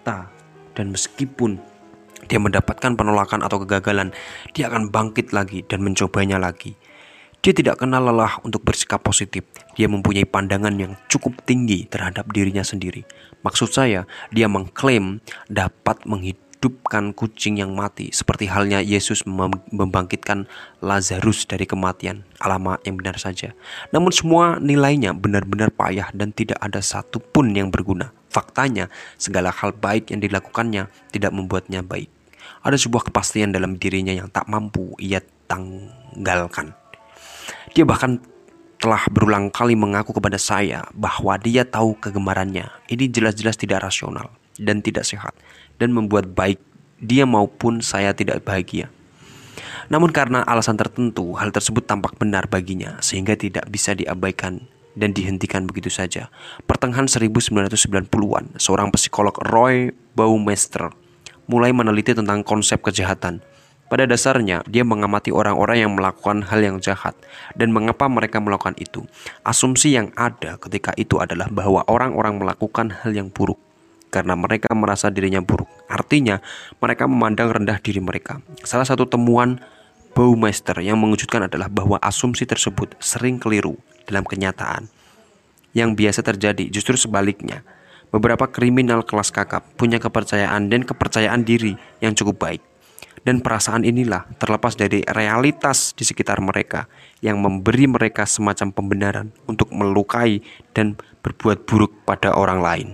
Dan meskipun dia mendapatkan penolakan atau kegagalan, dia akan bangkit lagi dan mencobanya lagi. Dia tidak kenal lelah untuk bersikap positif. Dia mempunyai pandangan yang cukup tinggi terhadap dirinya sendiri. Maksud saya, dia mengklaim dapat menghidupkan kucing yang mati, seperti halnya Yesus membangkitkan Lazarus dari kematian. Alamat yang benar saja. Namun semua nilainya benar-benar payah dan tidak ada satupun yang berguna. Faktanya, segala hal baik yang dilakukannya tidak membuatnya baik. Ada sebuah kepastian dalam dirinya yang tak mampu ia tanggalkan. Dia bahkan telah berulang kali mengaku kepada saya bahwa dia tahu kegemarannya. Ini jelas-jelas tidak rasional dan tidak sehat dan membuat baik dia maupun saya tidak bahagia. Namun karena alasan tertentu, hal tersebut tampak benar baginya sehingga tidak bisa diabaikan dan dihentikan begitu saja. Pertengahan seribu sembilan ratus sembilan puluhan, seorang psikolog Roy Baumeister mulai meneliti tentang konsep kejahatan. Pada dasarnya, dia mengamati orang-orang yang melakukan hal yang jahat dan mengapa mereka melakukan itu. Asumsi yang ada ketika itu adalah bahwa orang-orang melakukan hal yang buruk karena mereka merasa dirinya buruk. Artinya, mereka memandang rendah diri mereka. Salah satu temuan Baumeister yang mengejutkan adalah bahwa asumsi tersebut sering keliru dalam kenyataan. Yang biasa terjadi justru sebaliknya. Beberapa kriminal kelas kakap punya kepercayaan dan kepercayaan diri yang cukup baik. Dan perasaan inilah, terlepas dari realitas di sekitar mereka, yang memberi mereka semacam pembenaran untuk melukai dan berbuat buruk pada orang lain.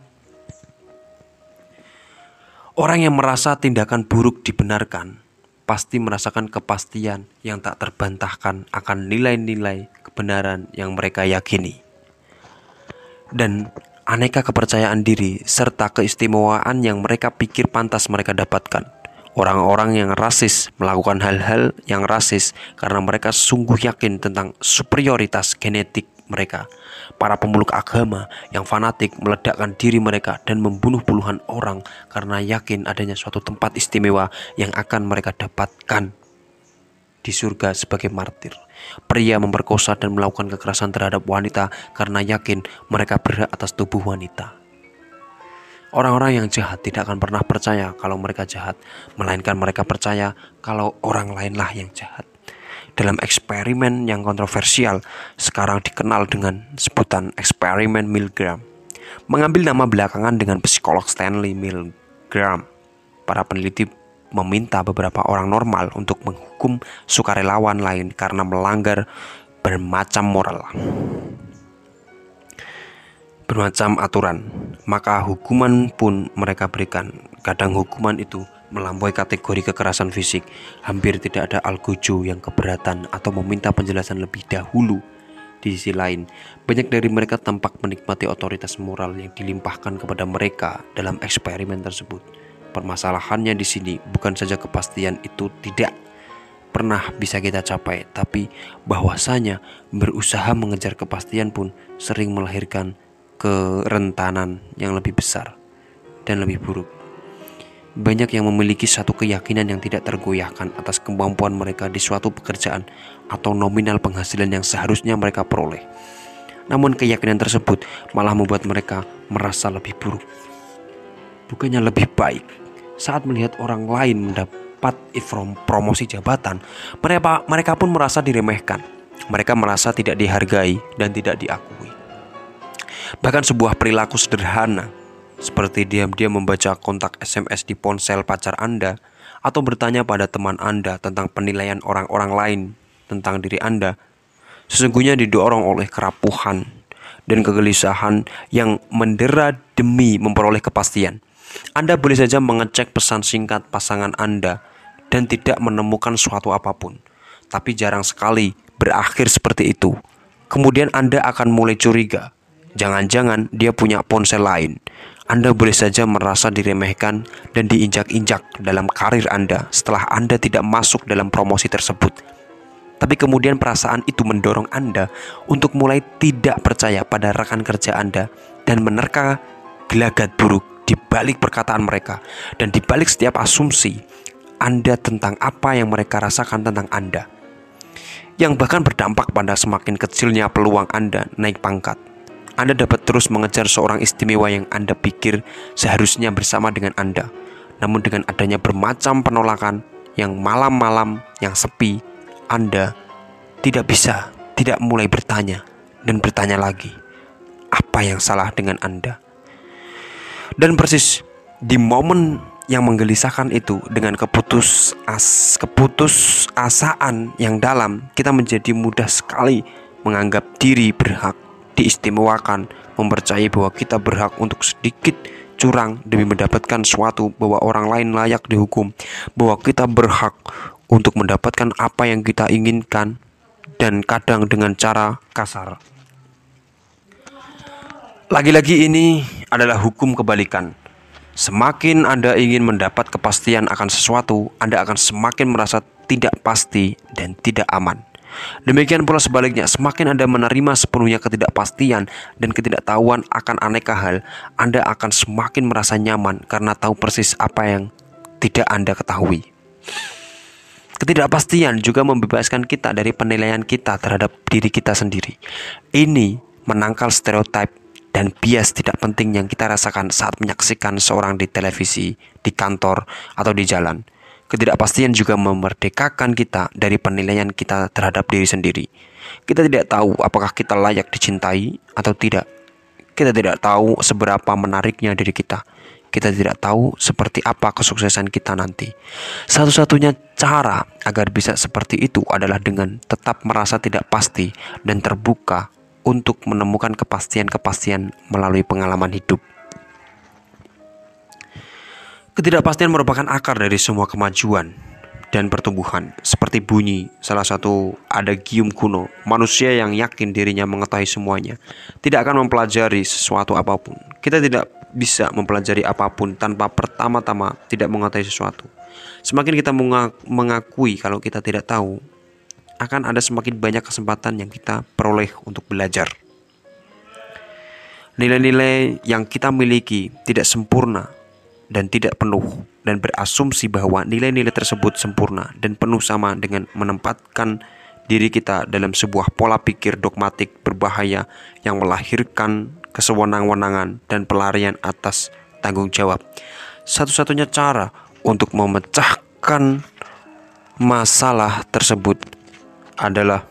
Orang yang merasa tindakan buruk dibenarkan pasti merasakan kepastian yang tak terbantahkan akan nilai-nilai kebenaran yang mereka yakini. Dan aneka kepercayaan diri serta keistimewaan yang mereka pikir pantas mereka dapatkan. Orang-orang yang rasis melakukan hal-hal yang rasis karena mereka sungguh yakin tentang superioritas genetik mereka. Para pemeluk agama yang fanatik meledakkan diri mereka dan membunuh puluhan orang karena yakin adanya suatu tempat istimewa yang akan mereka dapatkan di surga sebagai martir. Pria memperkosa dan melakukan kekerasan terhadap wanita karena yakin mereka berhak atas tubuh wanita. Orang-orang yang jahat tidak akan pernah percaya kalau mereka jahat, melainkan mereka percaya kalau orang lainlah yang jahat. Dalam eksperimen yang kontroversial, sekarang dikenal dengan sebutan eksperimen Milgram, mengambil nama belakangan dengan psikolog Stanley Milgram. Para peneliti meminta beberapa orang normal untuk menghukum sukarelawan lain karena melanggar bermacam moral, bermacam aturan. Maka hukuman pun mereka berikan. Kadang hukuman itu melampaui kategori kekerasan fisik. Hampir tidak ada algojo yang keberatan atau meminta penjelasan lebih dahulu. Di sisi lain, banyak dari mereka tampak menikmati otoritas moral yang dilimpahkan kepada mereka dalam eksperimen tersebut. Permasalahannya di sini bukan saja kepastian itu tidak pernah bisa kita capai, tapi bahwasanya berusaha mengejar kepastian pun sering melahirkan kerentanan yang lebih besar dan lebih buruk. Banyak yang memiliki satu keyakinan yang tidak tergoyahkan atas kemampuan mereka di suatu pekerjaan atau nominal penghasilan yang seharusnya mereka peroleh. Namun keyakinan tersebut malah membuat mereka merasa lebih buruk, bukannya lebih baik. Saat melihat orang lain mendapat promosi jabatan, mereka, mereka pun merasa diremehkan. Mereka merasa tidak dihargai dan tidak diakui. Bahkan sebuah perilaku sederhana seperti diam-diam membaca kontak S M S di ponsel pacar Anda atau bertanya pada teman Anda tentang penilaian orang-orang lain tentang diri Anda sesungguhnya didorong oleh kerapuhan dan kegelisahan yang mendera demi memperoleh kepastian. Anda boleh saja mengecek pesan singkat pasangan Anda dan tidak menemukan suatu apapun, tapi jarang sekali berakhir seperti itu. Kemudian Anda akan mulai curiga. Jangan-jangan dia punya ponsel lain. Anda boleh saja merasa diremehkan dan diinjak-injak dalam karir Anda setelah Anda tidak masuk dalam promosi tersebut. Tapi kemudian perasaan itu mendorong Anda untuk mulai tidak percaya pada rekan kerja Anda dan menerka gelagat buruk di balik perkataan mereka dan di balik setiap asumsi Anda tentang apa yang mereka rasakan tentang Anda, yang bahkan berdampak pada semakin kecilnya peluang Anda naik pangkat. Anda dapat terus mengejar seorang istimewa yang Anda pikir seharusnya bersama dengan Anda. Namun dengan adanya bermacam penolakan yang malam-malam yang sepi, Anda tidak bisa tidak mulai bertanya dan bertanya lagi, apa yang salah dengan Anda? Dan persis di momen yang menggelisahkan itu, dengan keputus as, keputusasaan yang dalam, kita menjadi mudah sekali menganggap diri berhak diistimewakan, mempercayai bahwa kita berhak untuk sedikit curang demi mendapatkan sesuatu, bahwa orang lain layak dihukum, bahwa kita berhak untuk mendapatkan apa yang kita inginkan, dan kadang dengan cara kasar. Lagi-lagi ini adalah hukum kebalikan. Semakin Anda ingin mendapat kepastian akan sesuatu, Anda akan semakin merasa tidak pasti dan tidak aman. Demikian pula sebaliknya, semakin Anda menerima sepenuhnya ketidakpastian dan ketidaktahuan akan aneka hal, Anda akan semakin merasa nyaman karena tahu persis apa yang tidak Anda ketahui. Ketidakpastian juga membebaskan kita dari penilaian kita terhadap diri kita sendiri. Ini menangkal stereotip dan bias tidak penting yang kita rasakan saat menyaksikan seorang di televisi, di kantor, atau di jalan. Ketidakpastian juga memerdekakan kita dari penilaian kita terhadap diri sendiri. Kita tidak tahu apakah kita layak dicintai atau tidak. Kita tidak tahu seberapa menariknya diri kita. Kita tidak tahu seperti apa kesuksesan kita nanti. Satu-satunya cara agar bisa seperti itu adalah dengan tetap merasa tidak pasti dan terbuka untuk menemukan kepastian-kepastian melalui pengalaman hidup. Ketidakpastian merupakan akar dari semua kemajuan dan pertumbuhan. Seperti bunyi salah satu adagium kuno, manusia yang yakin dirinya mengetahui semuanya tidak akan mempelajari sesuatu apapun. Kita tidak bisa mempelajari apapun tanpa pertama-tama tidak mengetahui sesuatu. Semakin kita mengakui kalau kita tidak tahu, akan ada semakin banyak kesempatan yang kita peroleh untuk belajar. Nilai-nilai yang kita miliki tidak sempurna dan tidak penuh, dan berasumsi bahwa nilai-nilai tersebut sempurna dan penuh sama dengan menempatkan diri kita dalam sebuah pola pikir dogmatik berbahaya yang melahirkan kesewenang-wenangan dan pelarian atas tanggung jawab. Satu-satunya cara untuk memecahkan masalah tersebut adalah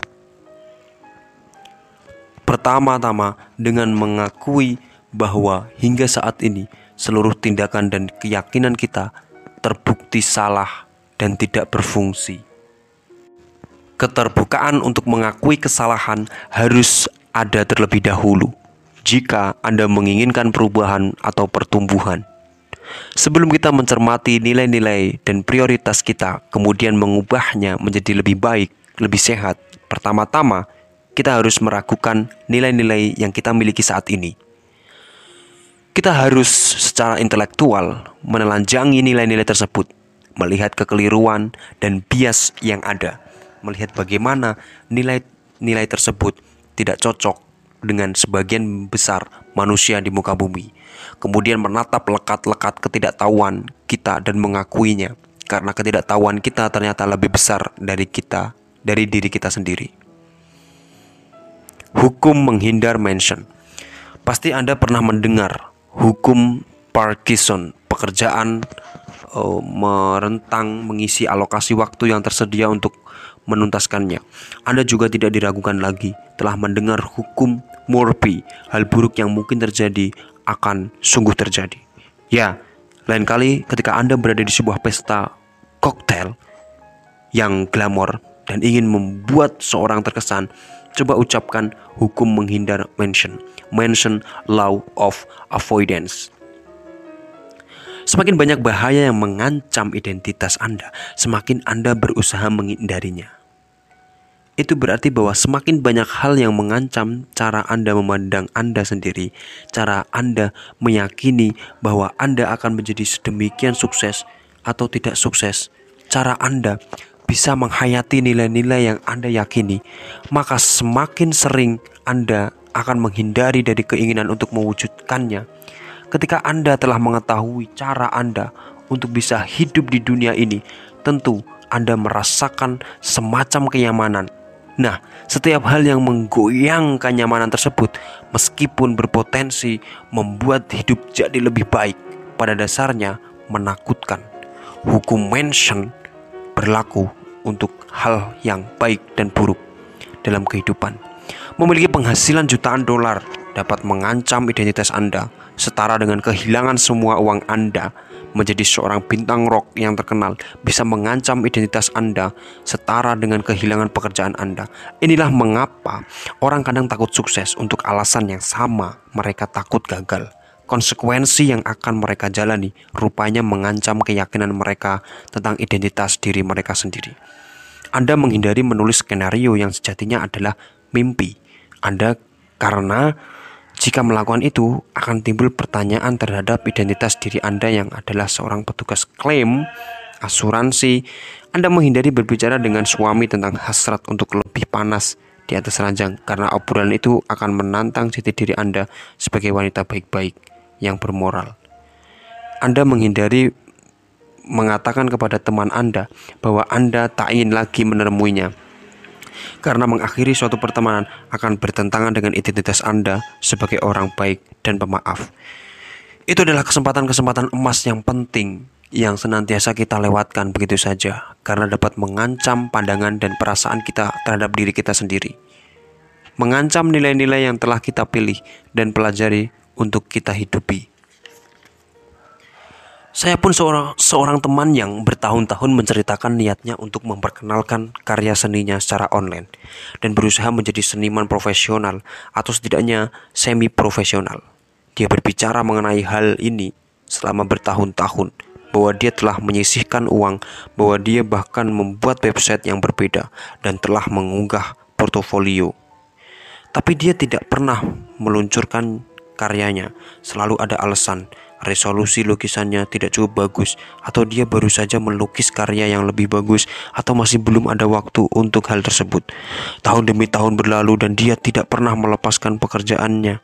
pertama-tama dengan mengakui bahwa hingga saat ini seluruh tindakan dan keyakinan kita terbukti salah dan tidak berfungsi. Keterbukaan untuk mengakui kesalahan harus ada terlebih dahulu jika Anda menginginkan perubahan atau pertumbuhan. Sebelum kita mencermati nilai-nilai dan prioritas kita, kemudian mengubahnya menjadi lebih baik, lebih sehat, pertama-tama kita harus meragukan nilai-nilai yang kita miliki saat ini. Kita harus secara intelektual menelanjangi nilai-nilai tersebut, melihat kekeliruan dan bias yang ada, melihat bagaimana nilai-nilai tersebut tidak cocok dengan sebagian besar manusia di muka bumi. Kemudian menatap lekat-lekat ketidaktahuan kita dan mengakuinya, karena ketidaktahuan kita ternyata lebih besar dari kita, dari diri kita sendiri. Hukum menghindar mention. Pasti Anda pernah mendengar hukum Parkinson, pekerjaan uh, merentang mengisi alokasi waktu yang tersedia untuk menuntaskannya. Anda juga tidak diragukan lagi telah mendengar hukum Murphy, hal buruk yang mungkin terjadi akan sungguh terjadi. Ya, lain kali ketika Anda berada di sebuah pesta koktail yang glamor dan ingin membuat seorang terkesan, coba ucapkan hukum menghindar mention. Mention law of avoidance. Semakin banyak bahaya yang mengancam identitas Anda, semakin Anda berusaha menghindarinya. Itu berarti bahwa semakin banyak hal yang mengancam cara Anda memandang Anda sendiri, cara Anda meyakini bahwa Anda akan menjadi sedemikian sukses atau tidak sukses, cara Anda bisa menghayati nilai-nilai yang Anda yakini, maka semakin sering Anda akan menghindari dari keinginan untuk mewujudkannya. Ketika Anda telah mengetahui cara Anda untuk bisa hidup di dunia ini, tentu Anda merasakan semacam kenyamanan. Nah, setiap hal yang menggoyang kenyamanan tersebut, meskipun berpotensi membuat hidup jadi lebih baik, pada dasarnya menakutkan. Hukum mention berlaku untuk hal yang baik dan buruk dalam kehidupan. Memiliki penghasilan jutaan dolar dapat mengancam identitas Anda, setara dengan kehilangan semua uang Anda. Menjadi seorang bintang rock yang terkenal bisa mengancam identitas Anda, setara dengan kehilangan pekerjaan Anda. Inilah mengapa orang kadang takut sukses untuk alasan yang sama. Mereka takut gagal. Konsekuensi yang akan mereka jalani rupanya mengancam keyakinan mereka tentang identitas diri mereka sendiri. Anda menghindari menulis skenario yang sejatinya adalah mimpi Anda, karena jika melakukan itu akan timbul pertanyaan terhadap identitas diri Anda yang adalah seorang petugas klaim asuransi. Anda menghindari berbicara dengan suami tentang hasrat untuk lebih panas di atas ranjang, karena obrolan itu akan menantang jati diri Anda sebagai wanita baik-baik yang bermoral. Anda menghindari mengatakan kepada teman Anda bahwa Anda tak ingin lagi menemuinya, karena mengakhiri suatu pertemanan akan bertentangan dengan identitas Anda sebagai orang baik dan pemaaf. Itu adalah kesempatan-kesempatan emas yang penting yang senantiasa kita lewatkan begitu saja, karena dapat mengancam pandangan dan perasaan kita terhadap diri kita sendiri, mengancam nilai-nilai yang telah kita pilih dan pelajari untuk kita hidupi. Saya pun seorang, seorang teman yang bertahun-tahun menceritakan niatnya untuk memperkenalkan karya seninya secara online dan berusaha menjadi seniman profesional atau setidaknya semi-profesional. Dia berbicara mengenai hal ini selama bertahun-tahun, bahwa dia telah menyisihkan uang, bahwa dia bahkan membuat website yang berbeda dan telah mengunggah portofolio. Tapi dia tidak pernah meluncurkan karyanya. Selalu ada alasan. Resolusi lukisannya tidak cukup bagus, atau dia baru saja melukis karya yang lebih bagus, atau masih belum ada waktu untuk hal tersebut. Tahun demi tahun berlalu dan dia tidak pernah melepaskan pekerjaannya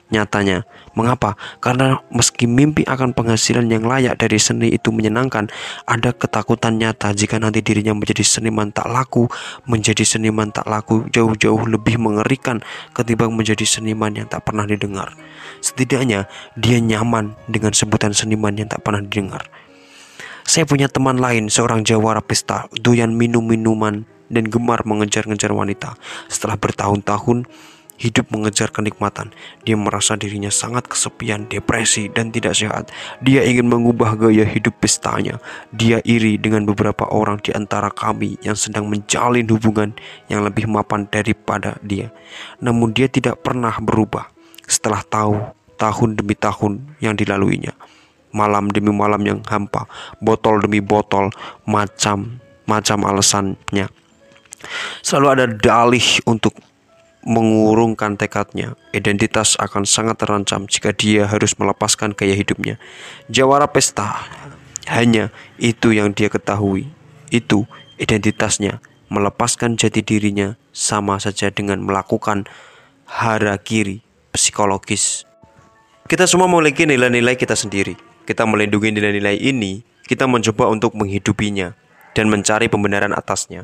nyatanya. Mengapa? Karena meski mimpi akan penghasilan yang layak dari seni itu menyenangkan, ada ketakutan nyata jika nanti dirinya menjadi seniman tak laku. Menjadi seniman tak laku jauh-jauh lebih mengerikan ketimbang menjadi seniman yang tak pernah didengar. Setidaknya dia nyaman dengan sebutan seniman yang tak pernah didengar. Saya punya teman lain, seorang jawara pesta, doyan minum minuman dan gemar mengejar-ngejar wanita. Setelah bertahun-tahun hidup mengejar kenikmatan, dia merasa dirinya sangat kesepian, depresi, dan tidak sehat. Dia ingin mengubah gaya hidup pestanya. Dia iri dengan beberapa orang di antara kami yang sedang menjalin hubungan yang lebih mapan daripada dia. Namun dia tidak pernah berubah setelah tahu tahun demi tahun yang dilaluinya. Malam demi malam yang hampa, botol demi botol, macam-macam alasannya. Selalu ada dalih untuk mengurungkan tekadnya. Identitas akan sangat terancam jika dia harus melepaskan gaya hidupnya. Jawara pesta, hanya itu yang dia ketahui. Itu identitasnya. Melepaskan jati dirinya sama saja dengan melakukan harakiri psikologis. Kita semua memiliki nilai-nilai kita sendiri. Kita melindungi nilai-nilai ini. Kita mencoba untuk menghidupinya dan mencari pembenaran atasnya,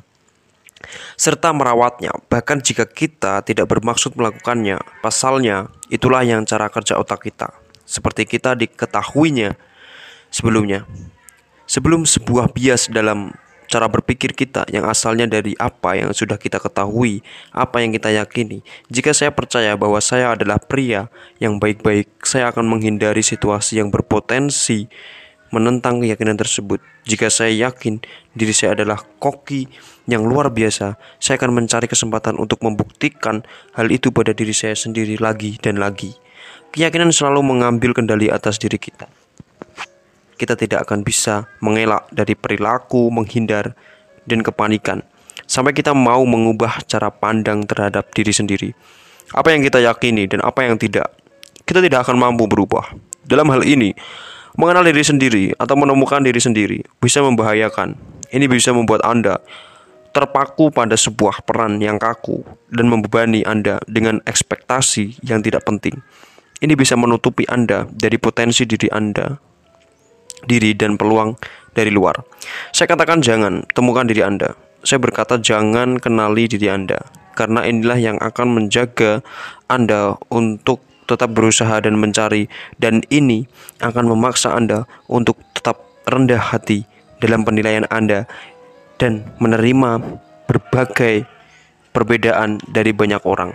serta merawatnya. Bahkan jika kita tidak bermaksud melakukannya, pasalnya itulah yang cara kerja otak kita, seperti kita diketahuinya sebelumnya. Sebelum sebuah bias dalam cara berpikir kita yang asalnya dari apa yang sudah kita ketahui, apa yang kita yakini. Jika saya percaya bahwa saya adalah pria yang baik-baik, saya akan menghindari situasi yang berpotensi menentang keyakinan tersebut. Jika saya yakin diri saya adalah koki yang luar biasa, saya akan mencari kesempatan untuk membuktikan hal itu pada diri saya sendiri lagi dan lagi. Keyakinan selalu mengambil kendali atas diri kita. Kita tidak akan bisa mengelak dari perilaku, menghindar, dan kepanikan sampai kita mau mengubah cara pandang terhadap diri sendiri. Apa yang kita yakini dan apa yang tidak, kita tidak akan mampu berubah. Dalam hal ini, mengenal diri sendiri atau menemukan diri sendiri bisa membahayakan. Ini bisa membuat Anda terpaku pada sebuah peran yang kaku dan membebani Anda dengan ekspektasi yang tidak penting. Ini bisa menutupi Anda dari potensi diri Anda, diri dan peluang dari luar. Saya katakan jangan temukan diri Anda. Saya berkata jangan kenali diri Anda, karena inilah yang akan menjaga Anda untuk tetap berusaha dan mencari, dan ini akan memaksa Anda untuk tetap rendah hati dalam penilaian Anda dan menerima berbagai perbedaan dari banyak orang.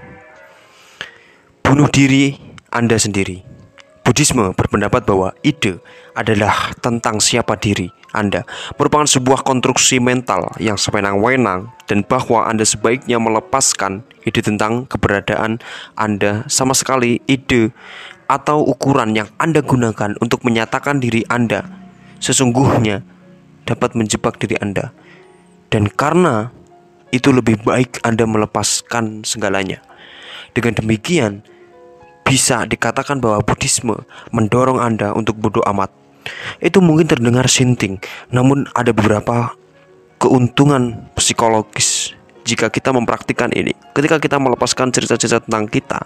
Bunuh diri Anda sendiri. Buddhisme berpendapat bahwa ide adalah tentang siapa diri Anda, merupakan sebuah konstruksi mental yang sewenang-wenang, dan bahwa Anda sebaiknya melepaskan ide tentang keberadaan Anda. Sama sekali ide atau ukuran yang Anda gunakan untuk menyatakan diri Anda sesungguhnya dapat menjebak diri Anda, dan karena itu lebih baik Anda melepaskan segalanya. Dengan demikian, bisa dikatakan bahwa Buddhisme mendorong Anda untuk bodoh amat. Itu mungkin terdengar sinting, namun ada beberapa keuntungan psikologis jika kita mempraktikkan ini. Ketika kita melepaskan cerita-cerita tentang kita,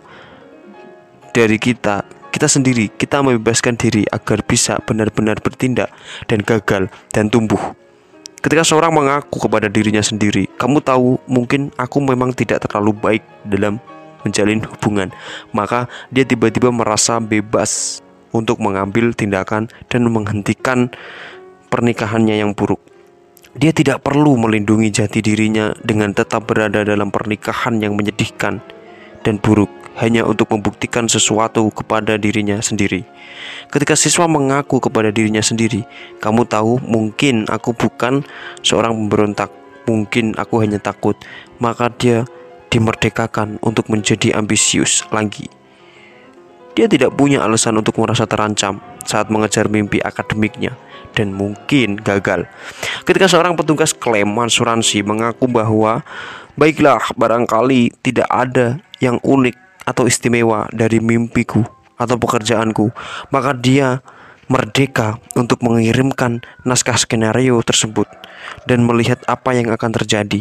dari kita, kita sendiri, kita membebaskan diri agar bisa benar-benar bertindak dan gagal dan tumbuh. Ketika seorang mengaku kepada dirinya sendiri, kamu tahu, mungkin aku memang tidak terlalu baik dalam menjalin hubungan, maka dia tiba-tiba merasa bebas untuk mengambil tindakan dan menghentikan pernikahannya yang buruk. Dia tidak perlu melindungi jati dirinya dengan tetap berada dalam pernikahan yang menyedihkan dan buruk hanya untuk membuktikan sesuatu kepada dirinya sendiri. Ketika siswa mengaku kepada dirinya sendiri, kamu tahu, mungkin aku bukan seorang pemberontak, mungkin aku hanya takut, maka dia dimerdekakan untuk menjadi ambisius lagi. Dia tidak punya alasan untuk merasa terancam saat mengejar mimpi akademiknya dan mungkin gagal. Ketika seorang petugas klaim asuransi mengaku bahwa baiklah, barangkali tidak ada yang unik atau istimewa dari mimpiku atau pekerjaanku, maka dia merdeka untuk mengirimkan naskah skenario tersebut dan melihat apa yang akan terjadi.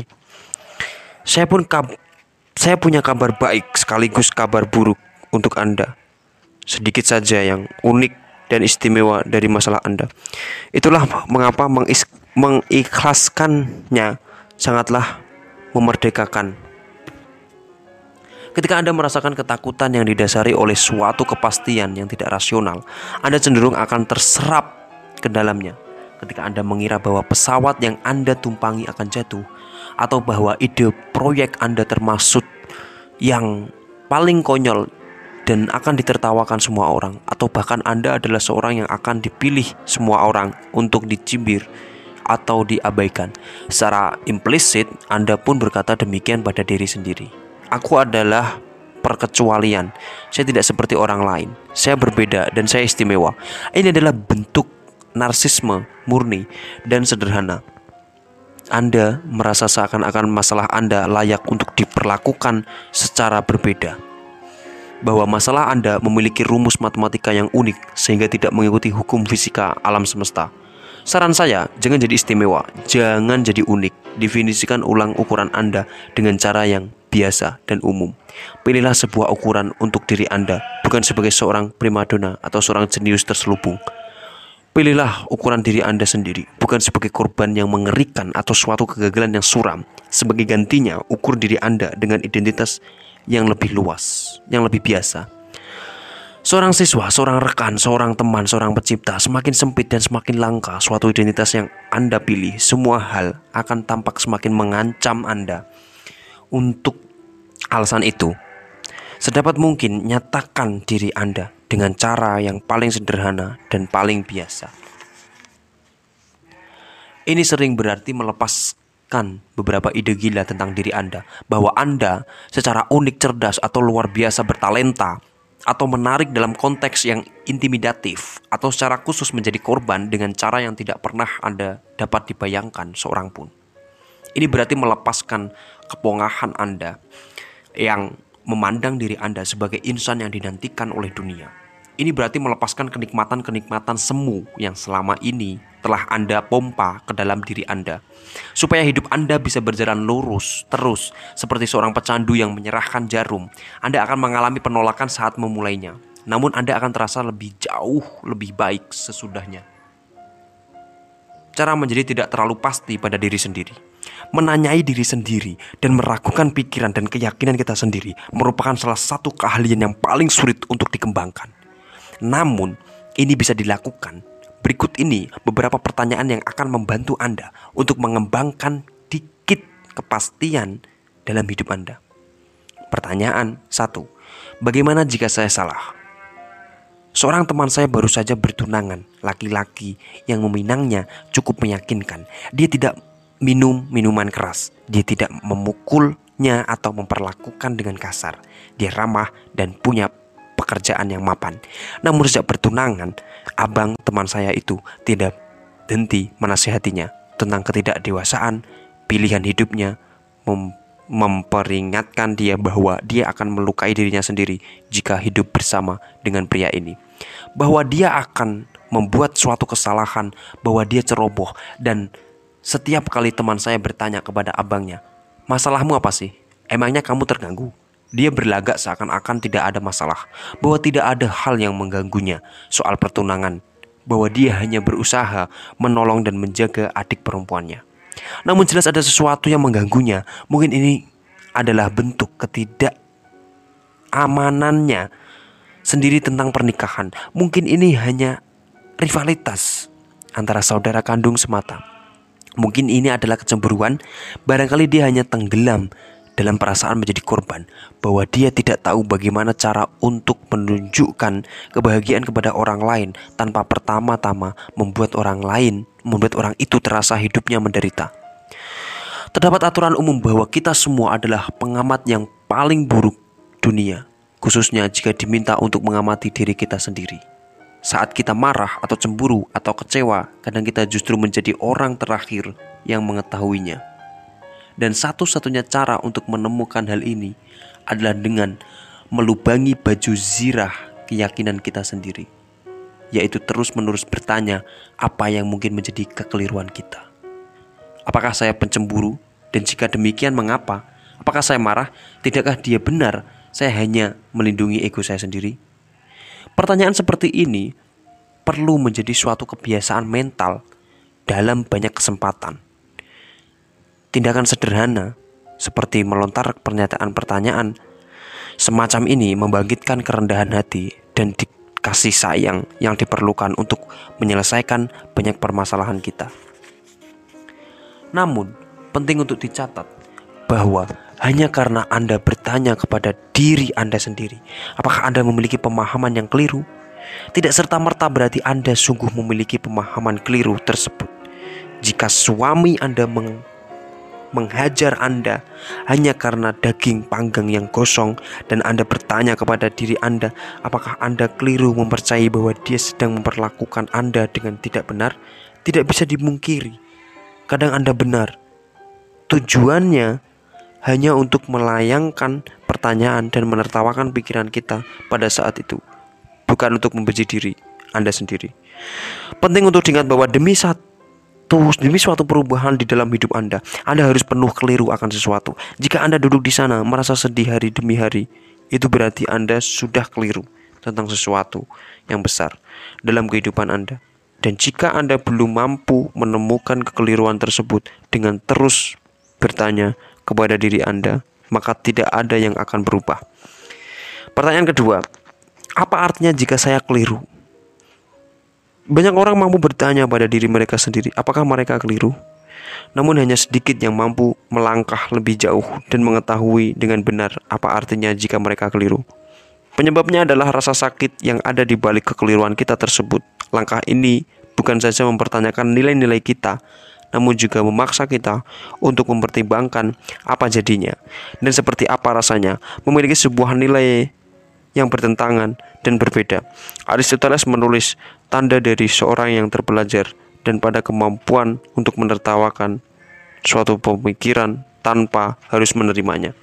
Saya pun kab- saya punya kabar baik sekaligus kabar buruk untuk Anda. sedikit saja yang unik dan istimewa dari masalah Anda. Itulah mengapa mengis- mengikhlaskannya sangatlah memerdekakan. Ketika Anda merasakan ketakutan yang didasari oleh suatu kepastian yang tidak rasional, Anda cenderung akan terserap ke dalamnya. Ketika Anda mengira bahwa pesawat yang Anda tumpangi akan jatuh, atau bahwa ide proyek Anda termasuk yang paling konyol dan akan ditertawakan semua orang, atau bahkan Anda adalah seorang yang akan dipilih semua orang untuk dicibir atau diabaikan, secara implisit Anda pun berkata demikian pada diri sendiri. Aku adalah perkecualian. Saya tidak seperti orang lain. Saya berbeda dan saya istimewa. Ini adalah bentuk narsisme murni dan sederhana. Anda merasa seakan-akan masalah Anda layak untuk diperlakukan secara berbeda, bahwa masalah Anda memiliki rumus matematika yang unik sehingga tidak mengikuti hukum fisika alam semesta. Saran saya, jangan jadi istimewa, jangan jadi unik. Definisikan ulang ukuran Anda dengan cara yang biasa dan umum. Pilihlah sebuah ukuran untuk diri Anda, bukan sebagai seorang primadona atau seorang jenius terselubung. Pilihlah ukuran diri Anda sendiri, bukan sebagai korban yang mengerikan atau suatu kegagalan yang suram. Sebagai gantinya, ukur diri Anda dengan identitas yang lebih luas, yang lebih biasa. Seorang siswa, seorang rekan, seorang teman, seorang pencipta, semakin sempit dan semakin langka suatu identitas yang Anda pilih, semua hal akan tampak semakin mengancam Anda. Untuk alasan itu, sedapat mungkin nyatakan diri Anda dengan cara yang paling sederhana dan paling biasa. Ini sering berarti melepaskan beberapa ide gila tentang diri Anda, bahwa Anda secara unik, cerdas, atau luar biasa bertalenta, atau menarik dalam konteks yang intimidatif, atau secara khusus menjadi korban dengan cara yang tidak pernah Anda dapat dibayangkan seorang pun. Ini berarti melepaskan kepongahan Anda yang memandang diri Anda sebagai insan yang dinantikan oleh dunia. Ini berarti melepaskan kenikmatan-kenikmatan semu yang selama ini telah Anda pompa ke dalam diri Anda, supaya hidup Anda bisa berjalan lurus terus seperti seorang pecandu yang menyerahkan jarum. Anda akan mengalami penolakan saat memulainya, namun Anda akan terasa lebih jauh lebih baik sesudahnya. Cara menjadi tidak terlalu pasti pada diri sendiri, menanyai diri sendiri dan meragukan pikiran dan keyakinan kita sendiri merupakan salah satu keahlian yang paling sulit untuk dikembangkan. Namun ini bisa dilakukan. Berikut ini beberapa pertanyaan yang akan membantu Anda untuk mengembangkan dikit kepastian dalam hidup Anda. Pertanyaan satu. Bagaimana jika saya salah? Seorang teman saya baru saja bertunangan. Laki-laki yang meminangnya cukup meyakinkan. Dia tidak minum minuman keras. Dia tidak memukulnya atau memperlakukan dengan kasar. Dia ramah dan punya pekerjaan yang mapan. Namun sejak bertunangan, abang teman saya itu tidak henti menasihatinya tentang ketidakdewasaan pilihan hidupnya, mem- memperingatkan dia bahwa dia akan melukai dirinya sendiri jika hidup bersama dengan pria ini, bahwa dia akan membuat suatu kesalahan, bahwa dia ceroboh. Dan setiap kali teman saya bertanya kepada abangnya, "Masalahmu apa sih? Emangnya kamu terganggu?" Dia berlagak seakan-akan tidak ada masalah, bahwa tidak ada hal yang mengganggunya soal pertunangan, bahwa dia hanya berusaha menolong dan menjaga adik perempuannya. Namun jelas ada sesuatu yang mengganggunya. Mungkin ini adalah bentuk ketidakamanannya sendiri tentang pernikahan. Mungkin ini hanya rivalitas antara saudara kandung semata. Mungkin ini adalah kecemburuan. Barangkali dia hanya tenggelam dalam perasaan menjadi korban, bahwa dia tidak tahu bagaimana cara untuk menunjukkan kebahagiaan kepada orang lain tanpa pertama-tama membuat orang lain, membuat orang itu terasa hidupnya menderita. Terdapat aturan umum bahwa kita semua adalah pengamat yang paling buruk dunia, khususnya jika diminta untuk mengamati diri kita sendiri. Saat kita marah atau cemburu atau kecewa, kadang kita justru menjadi orang terakhir yang mengetahuinya. Dan satu-satunya cara untuk menemukan hal ini adalah dengan melubangi baju zirah keyakinan kita sendiri, yaitu terus-menerus bertanya apa yang mungkin menjadi kekeliruan kita. Apakah saya pencemburu? Dan jika demikian, mengapa? Apakah saya marah? Tidakkah dia benar? Saya hanya melindungi ego saya sendiri. Pertanyaan seperti ini perlu menjadi suatu kebiasaan mental dalam banyak kesempatan. Tindakan sederhana seperti melontar pernyataan pertanyaan semacam ini membangkitkan kerendahan hati dan kasih sayang yang diperlukan untuk menyelesaikan banyak permasalahan kita. Namun, penting untuk dicatat bahwa hanya karena Anda bertanya kepada diri Anda sendiri, apakah Anda memiliki pemahaman yang keliru? Tidak serta-merta berarti Anda sungguh memiliki pemahaman keliru tersebut. Jika suami Anda meng menghajar Anda hanya karena daging panggang yang gosong, dan Anda bertanya kepada diri Anda, apakah Anda keliru mempercayai bahwa dia sedang memperlakukan Anda dengan tidak benar? Tidak bisa dimungkiri, kadang Anda benar. Tujuannya hanya untuk melayangkan pertanyaan dan menertawakan pikiran kita pada saat itu, bukan untuk membenci diri Anda sendiri. Penting untuk diingat bahwa demi satu Demi suatu perubahan di dalam hidup Anda, Anda harus penuh keliru akan sesuatu. Jika Anda duduk di sana merasa sedih hari demi hari, itu berarti Anda sudah keliru tentang sesuatu yang besar dalam kehidupan Anda. Dan jika Anda belum mampu menemukan kekeliruan tersebut dengan terus bertanya kepada diri Anda, maka tidak ada yang akan berubah. Pertanyaan kedua, apa artinya jika saya keliru? Banyak orang mampu bertanya pada diri mereka sendiri, apakah mereka keliru? Namun hanya sedikit yang mampu melangkah lebih jauh dan mengetahui dengan benar apa artinya jika mereka keliru. Penyebabnya adalah rasa sakit yang ada di balik kekeliruan kita tersebut. Langkah ini bukan saja mempertanyakan nilai-nilai kita, namun juga memaksa kita untuk mempertimbangkan apa jadinya dan seperti apa rasanya memiliki sebuah nilai yang bertentangan dan berbeda. Aristoteles menulis, tanda dari seorang yang terpelajar dan pada kemampuan untuk menertawakan suatu pemikiran tanpa harus menerimanya.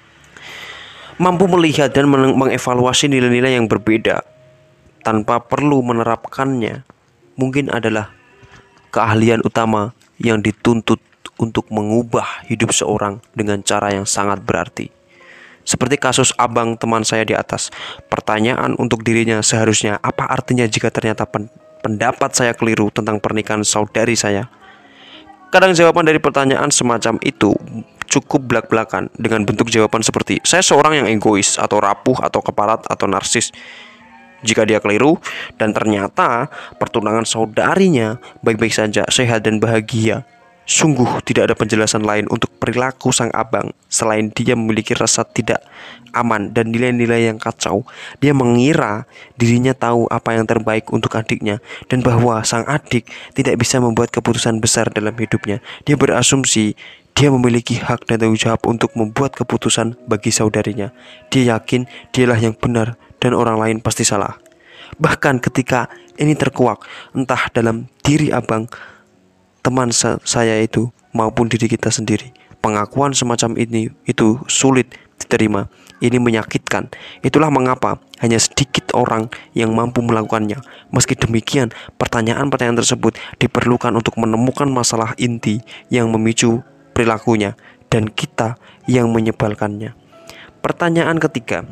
Mampu melihat dan mengevaluasi nilai-nilai yang berbeda tanpa perlu menerapkannya mungkin adalah keahlian utama yang dituntut untuk mengubah hidup seorang dengan cara yang sangat berarti. Seperti kasus abang teman saya di atas, pertanyaan untuk dirinya seharusnya, apa artinya jika ternyata pen- pendapat saya keliru tentang pernikahan saudari saya? Kadang jawaban dari pertanyaan semacam itu cukup belak-belakan dengan bentuk jawaban seperti, saya seorang yang egois atau rapuh atau keparat atau narsis. Jika dia keliru dan ternyata pertunangan saudarinya baik-baik saja, sehat dan bahagia, sungguh tidak ada penjelasan lain untuk perilaku sang abang selain dia memiliki rasa tidak aman dan nilai-nilai yang kacau. Dia mengira dirinya tahu apa yang terbaik untuk adiknya dan bahwa sang adik tidak bisa membuat keputusan besar dalam hidupnya. Dia berasumsi dia memiliki hak dan tanggung jawab untuk membuat keputusan bagi saudarinya. Dia yakin dialah yang benar dan orang lain pasti salah. Bahkan ketika ini terkuak entah dalam diri abang teman saya itu maupun diri kita sendiri, pengakuan semacam ini itu sulit diterima. Ini menyakitkan. Itulah mengapa hanya sedikit orang yang mampu melakukannya. Meski demikian, pertanyaan-pertanyaan tersebut diperlukan untuk menemukan masalah inti yang memicu perilakunya dan kita yang menyebalkannya. Pertanyaan ketiga,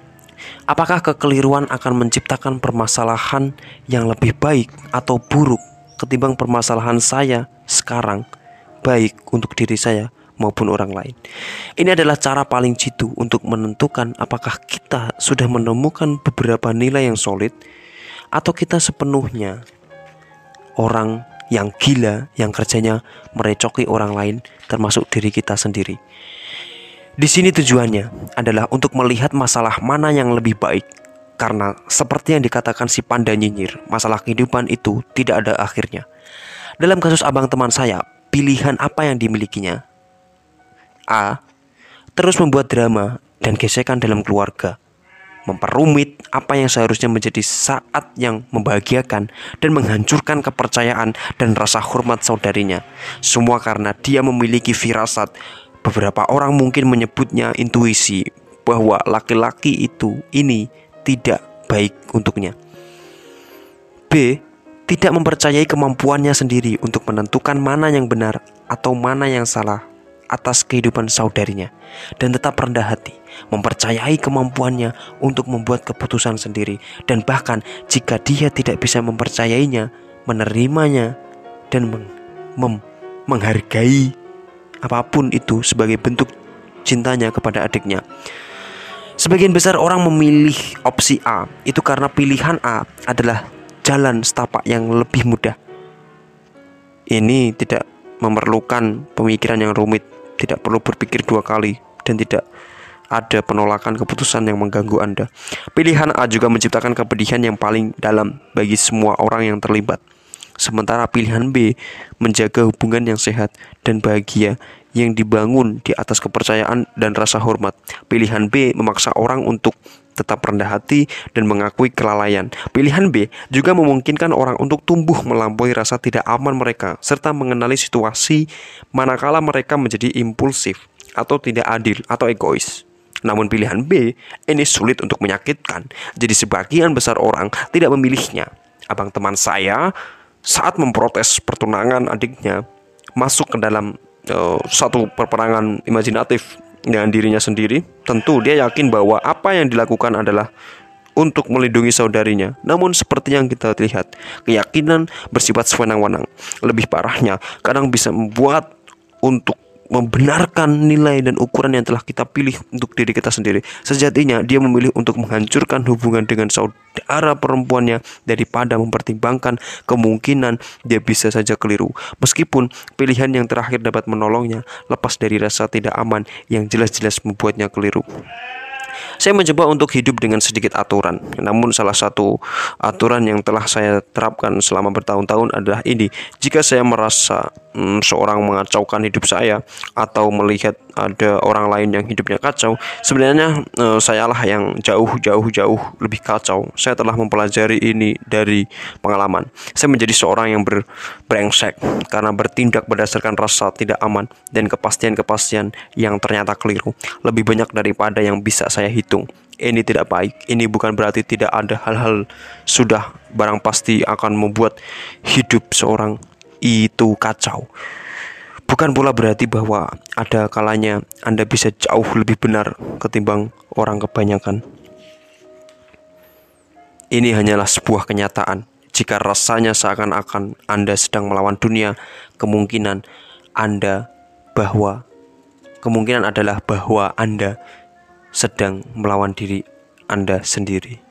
apakah kekeliruan akan menciptakan permasalahan yang lebih baik atau buruk ketimbang permasalahan saya sekarang, baik untuk diri saya maupun orang lain? Ini adalah cara paling jitu untuk menentukan apakah kita sudah menemukan beberapa nilai yang solid atau kita sepenuhnya orang yang gila yang kerjanya merecoki orang lain termasuk diri kita sendiri. Di sini tujuannya adalah untuk melihat masalah mana yang lebih baik. Karena seperti yang dikatakan si panda nyinyir, masalah kehidupan itu tidak ada akhirnya. Dalam kasus abang teman saya, pilihan apa yang dimilikinya? A. Terus membuat drama dan gesekan dalam keluarga, memperumit apa yang seharusnya menjadi saat yang membahagiakan dan menghancurkan kepercayaan dan rasa hormat saudarinya. Semua karena dia memiliki firasat, beberapa orang mungkin menyebutnya intuisi, bahwa laki-laki itu ini tidak baik untuknya. B. Tidak mempercayai kemampuannya sendiri untuk menentukan mana yang benar atau mana yang salah atas kehidupan saudarinya dan tetap rendah hati, mempercayai kemampuannya untuk membuat keputusan sendiri, dan bahkan jika dia tidak bisa mempercayainya, menerimanya dan meng- mem- menghargai apapun itu sebagai bentuk cintanya kepada adiknya. Sebagian besar orang memilih opsi A itu karena pilihan A adalah jalan setapak yang lebih mudah. Ini tidak memerlukan pemikiran yang rumit, tidak perlu berpikir dua kali, dan tidak ada penolakan keputusan yang mengganggu Anda. Pilihan A juga menciptakan kepedihan yang paling dalam bagi semua orang yang terlibat. Sementara pilihan B menjaga hubungan yang sehat dan bahagia yang dibangun di atas kepercayaan dan rasa hormat. Pilihan B memaksa orang untuk tetap rendah hati dan mengakui kelalaian. Pilihan B juga memungkinkan orang untuk tumbuh melampaui rasa tidak aman mereka, serta mengenali situasi manakala mereka menjadi impulsif atau tidak adil atau egois. Namun pilihan B ini sulit untuk menyakitkan, jadi sebagian besar orang tidak memilihnya. Abang teman saya saat memprotes pertunangan adiknya masuk ke dalam uh, satu perperangan imajinatif dengan dirinya sendiri. Tentu dia yakin bahwa apa yang dilakukan adalah untuk melindungi saudarinya. Namun seperti yang kita lihat, keyakinan bersifat sewenang-wenang. Lebih parahnya, kadang bisa membuat untuk membenarkan nilai dan ukuran yang telah kita pilih untuk diri kita sendiri. Sejatinya dia memilih untuk menghancurkan hubungan dengan saudara perempuannya daripada mempertimbangkan kemungkinan dia bisa saja keliru. Meskipun pilihan yang terakhir dapat menolongnya lepas dari rasa tidak aman yang jelas-jelas membuatnya keliru. Saya mencoba untuk hidup dengan sedikit aturan. Namun salah satu aturan yang telah saya terapkan selama bertahun-tahun adalah ini. Jika saya merasa hmm, seorang mengacaukan hidup saya atau melihat ada orang lain yang hidupnya kacau, sebenarnya eh, sayalah yang jauh-jauh-jauh lebih kacau. Saya telah mempelajari ini dari pengalaman. Saya menjadi seorang yang ber, brengsek karena bertindak berdasarkan rasa tidak aman dan kepastian-kepastian yang ternyata keliru. Lebih banyak daripada yang bisa saya hitung. Ini tidak baik. Ini bukan berarti tidak ada hal-hal sudah barang pasti akan membuat hidup seorang itu kacau. Bukan pula berarti bahwa ada kalanya Anda bisa jauh lebih benar ketimbang orang kebanyakan. Ini hanyalah sebuah kenyataan. Jika rasanya seakan-akan Anda sedang melawan dunia, kemungkinan Anda bahwa kemungkinan adalah bahwa Anda sedang melawan diri Anda sendiri.